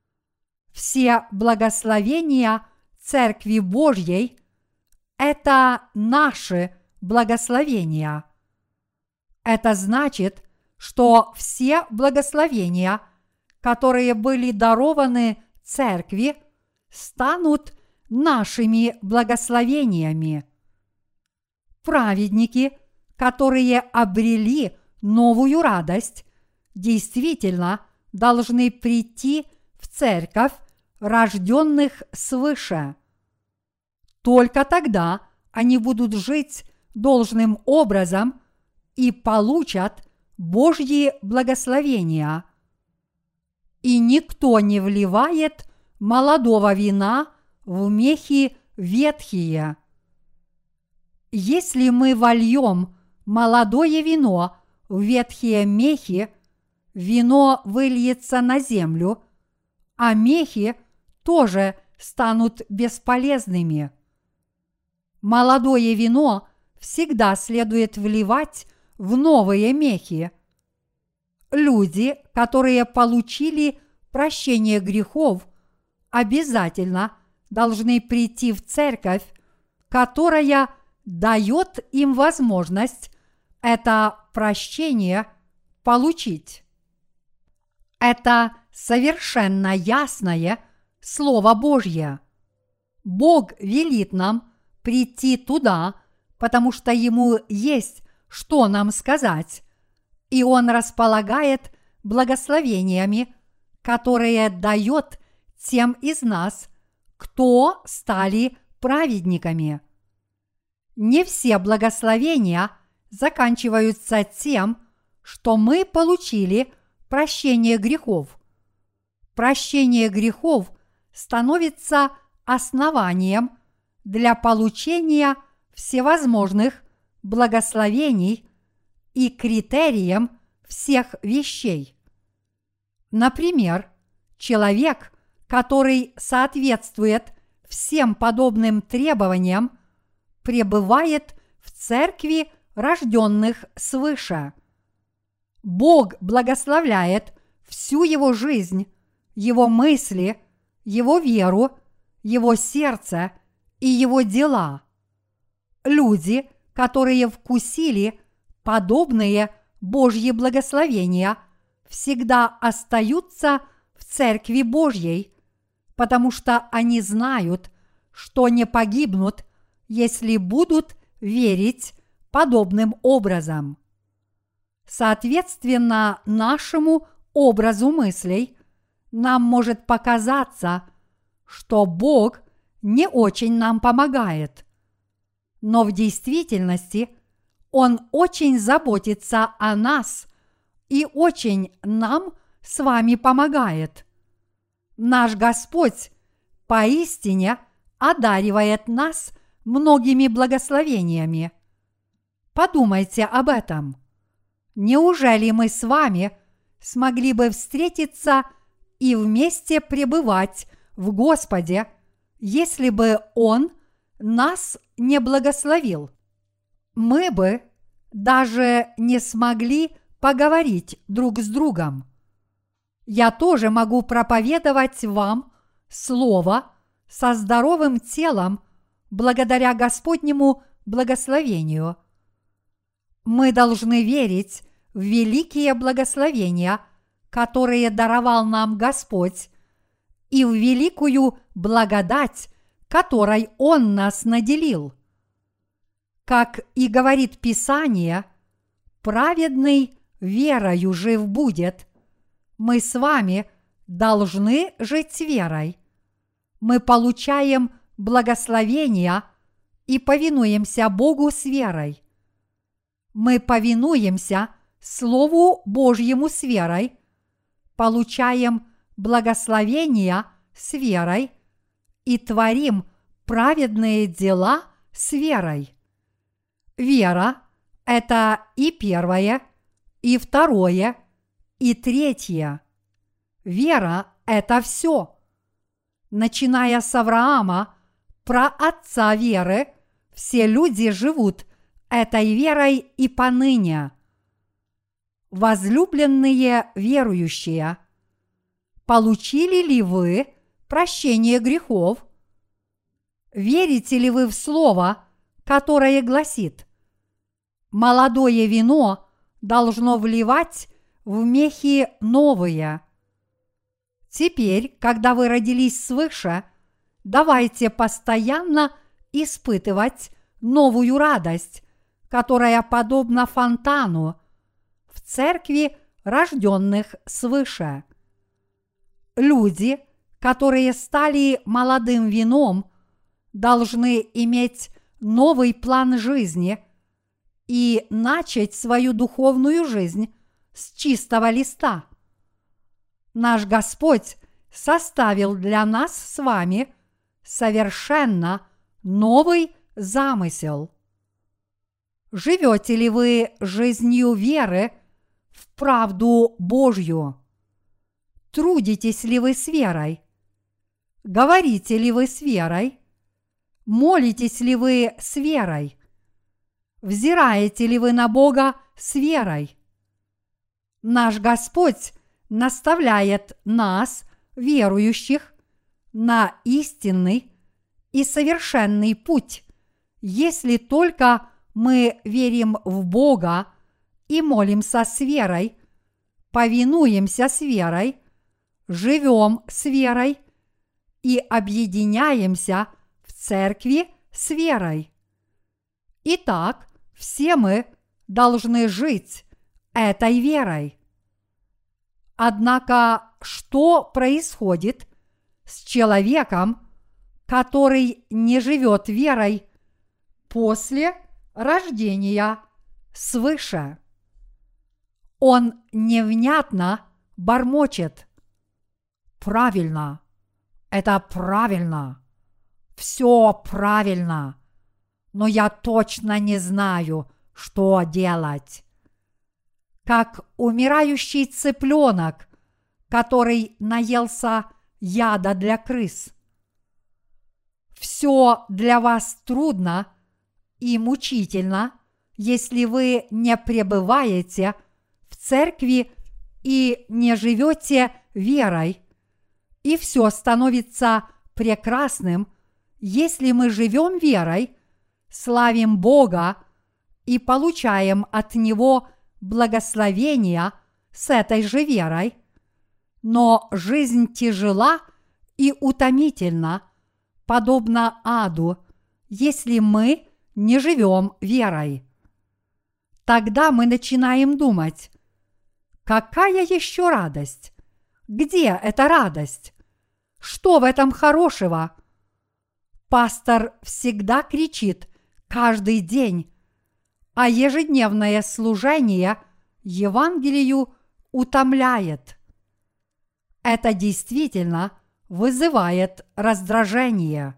Все благословения Церкви Божьей – это наши благословения. Это значит, что все благословения, которые были дарованы Церкви, станут нашими благословениями. Праведники, которые обрели новую радость, действительно должны прийти в церковь рожденных свыше. Только тогда они будут жить должным образом и получат Божьи благословения. И никто не вливает молодого вина в мехи ветхие. Если мы вольем молодое вино в ветхие мехи, вино выльется на землю, а мехи тоже станут бесполезными. Молодое вино всегда следует вливать в новые мехи. Люди, которые получили прощение грехов, обязательно должны прийти в церковь, которая дает им возможность это прощение получить. Это совершенно ясное Слово Божье. Бог велит нам прийти туда, потому что Ему есть что нам сказать, и Он располагает благословениями, которые дает тем из нас, кто стали праведниками. Не все благословения заканчиваются тем, что мы получили прощение грехов. Прощение грехов становится основанием для получения всевозможных благословений и критерием всех вещей. Например, человек, который соответствует всем подобным требованиям, пребывает в церкви рожденных свыше. Бог благословляет всю его жизнь, его мысли, его веру, его сердце и Его дела. Люди, которые вкусили подобные Божьи благословения, всегда остаются в Церкви Божьей, потому что они знают, что не погибнут, если будут верить подобным образом. Соответственно нашему образу мыслей, нам может показаться, что Бог не очень нам помогает. Но в действительности Он очень заботится о нас и очень нам с вами помогает. Наш Господь поистине одаривает нас многими благословениями. Подумайте об этом. Неужели мы с вами смогли бы встретиться и вместе пребывать в Господе, если бы Он нас не благословил? Мы бы даже не смогли поговорить друг с другом. Я тоже могу проповедовать вам Слово со здоровым телом благодаря Господнему благословению. Мы должны верить в великие благословения, которые даровал нам Господь, и в великую благодать, которой Он нас наделил. Как и говорит Писание, праведный верою жив будет. Мы с вами должны жить верой. Мы получаем благословения и повинуемся Богу с верой. Мы повинуемся Слову Божьему с верой, получаем благословения с верой и творим праведные дела с верой. Вера – это и первое, и второе, и третье. Вера – это все. Начиная с Авраама, праотца веры, все люди живут этой верой и поныне. Возлюбленные верующие, получили ли вы прощение грехов? Верите ли вы в Слово, которое гласит: молодое вино должно вливать в мехи новые? Теперь, когда вы родились свыше, давайте постоянно испытывать новую радость, которая подобна фонтану в церкви рожденных свыше. Люди, которые стали молодым вином, должны иметь новый план жизни и начать свою духовную жизнь с чистого листа. Наш Господь составил для нас с вами совершенно новый замысел. Живете ли вы жизнью веры в правду Божью? Трудитесь ли вы с верой? Говорите ли вы с верой? Молитесь ли вы с верой? Взираете ли вы на Бога с верой? Наш Господь наставляет нас, верующих, на истинный и совершенный путь, если только мы верим в Бога и молимся с верой, повинуемся с верой, живем с верой и объединяемся в церкви с верой. Итак, все мы должны жить этой верой. Однако, что происходит с человеком, который не живет верой после рождения свыше? Он невнятно бормочет: правильно, это правильно, все правильно, но я точно не знаю, что делать. Как умирающий цыпленок, который наелся яда для крыс. Все для вас трудно и мучительно, если вы не пребываете в церкви и не живете верой, и все становится прекрасным, если мы живем верой, славим Бога и получаем от Него благословения с этой же верой, но жизнь тяжела и утомительна, подобно аду, если мы не живем верой. Тогда мы начинаем думать: какая еще радость? Где эта радость? Что в этом хорошего? Пастор всегда кричит каждый день, а ежедневное служение Евангелию утомляет. Это действительно вызывает раздражение.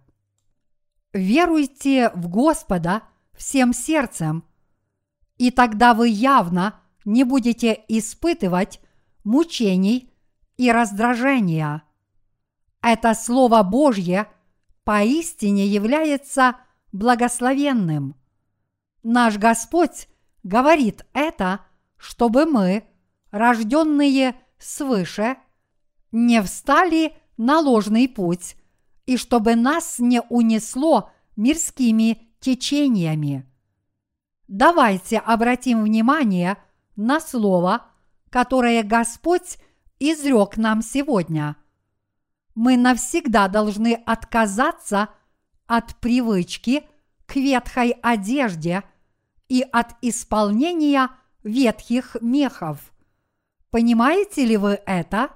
Веруйте в Господа всем сердцем, и тогда вы явно не будете испытывать мучений и раздражения. Это Слово Божье поистине является благословенным. Наш Господь говорит это, чтобы мы, рожденные свыше, не встали на ложный путь, и чтобы нас не унесло мирскими течениями. Давайте обратим внимание на слово, которое Господь изрек нам сегодня. Мы навсегда должны отказаться от привычки к ветхой одежде и от исполнения ветхих мехов. Понимаете ли вы это?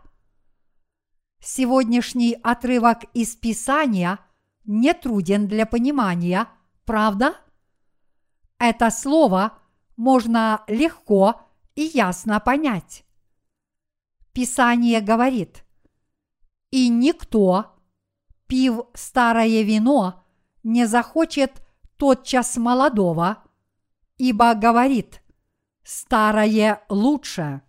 Сегодняшний отрывок из Писания не труден для понимания, правда? Это слово можно легко и ясно понять. Писание говорит: «И никто, пив старое вино, не захочет тотчас молодого, ибо говорит: старое лучше».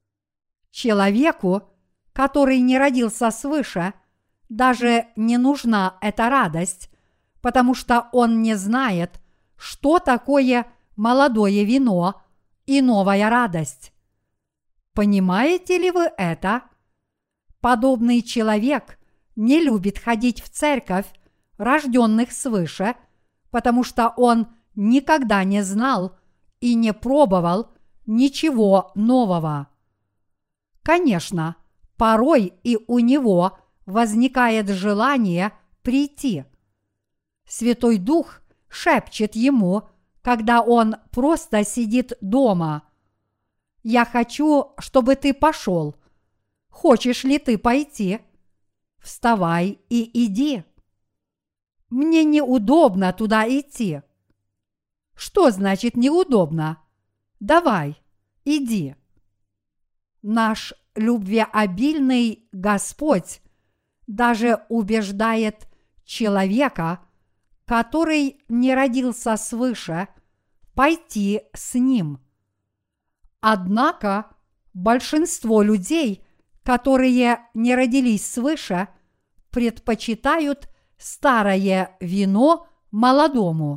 Человеку, который не родился свыше, даже не нужна эта радость, потому что он не знает, что такое молодое вино и новая радость. Понимаете ли вы это? Подобный человек не любит ходить в церковь рожденных свыше, потому что он никогда не знал и не пробовал ничего нового. Конечно, порой и у него возникает желание прийти. Святой Дух шепчет ему, когда он просто сидит дома: «Я хочу, чтобы ты пошел. Хочешь ли ты пойти? Вставай и иди». Мне неудобно туда идти. Что значит неудобно? Давай, иди. Наш любвеобильный Господь даже убеждает человека, который не родился свыше, пойти с ним. Однако большинство людей, которые не родились свыше, предпочитают старое вино молодому.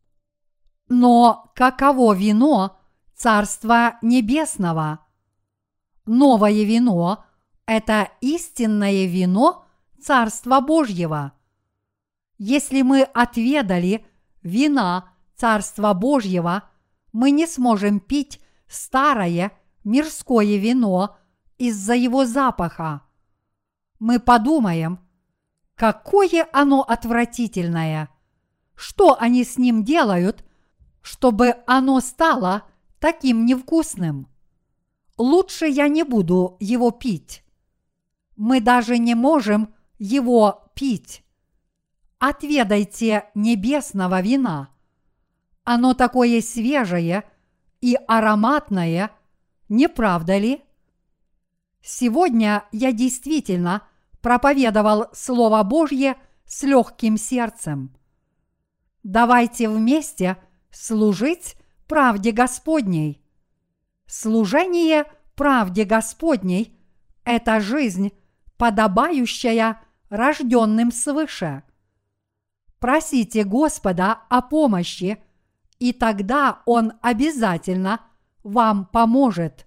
Но каково вино Царства Небесного? Новое вино – это истинное вино Царства Божьего. Если мы отведали вина Царства Божьего, мы не сможем пить старое мирское вино из-за его запаха. Мы подумаем: какое оно отвратительное! Что они с ним делают, чтобы оно стало таким невкусным? Лучше я не буду его пить. Мы даже не можем его пить. Отведайте небесного вина. Оно такое свежее и ароматное, не правда ли? Сегодня я действительно проповедовал Слово Божье с легким сердцем. Давайте вместе служить правде Господней. Служение правде Господней – это жизнь, подобающая рожденным свыше. Просите Господа о помощи, и тогда Он обязательно вам поможет.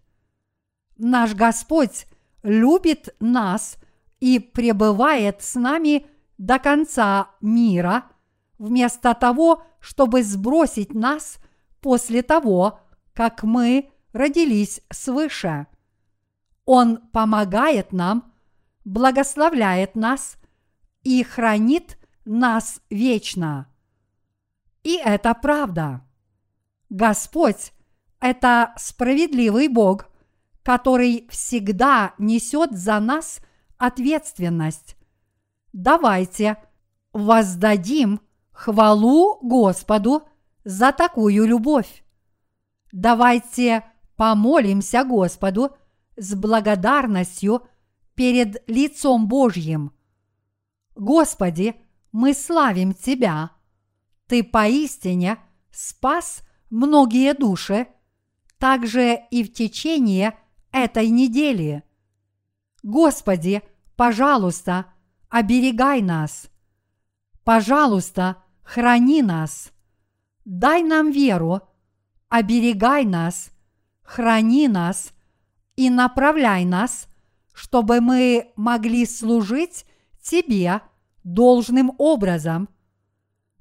Наш Господь любит нас и пребывает с нами до конца мира, вместо того, чтобы сбросить нас после того, как мы родились свыше. Он помогает нам, благословляет нас и хранит нас вечно. И это правда. Господь – это справедливый Бог, который всегда несет за нас ответственность. Давайте воздадим хвалу Господу за такую любовь. Давайте помолимся Господу с благодарностью перед лицом Божьим. Господи, мы славим Тебя. Ты поистине спас многие души, также и в течение этой недели. Господи, пожалуйста, оберегай нас. Пожалуйста, храни нас. Дай нам веру, оберегай нас, храни нас и направляй нас, чтобы мы могли служить Тебе должным образом.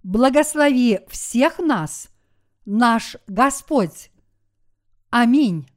Благослови всех нас, наш Господь. Аминь.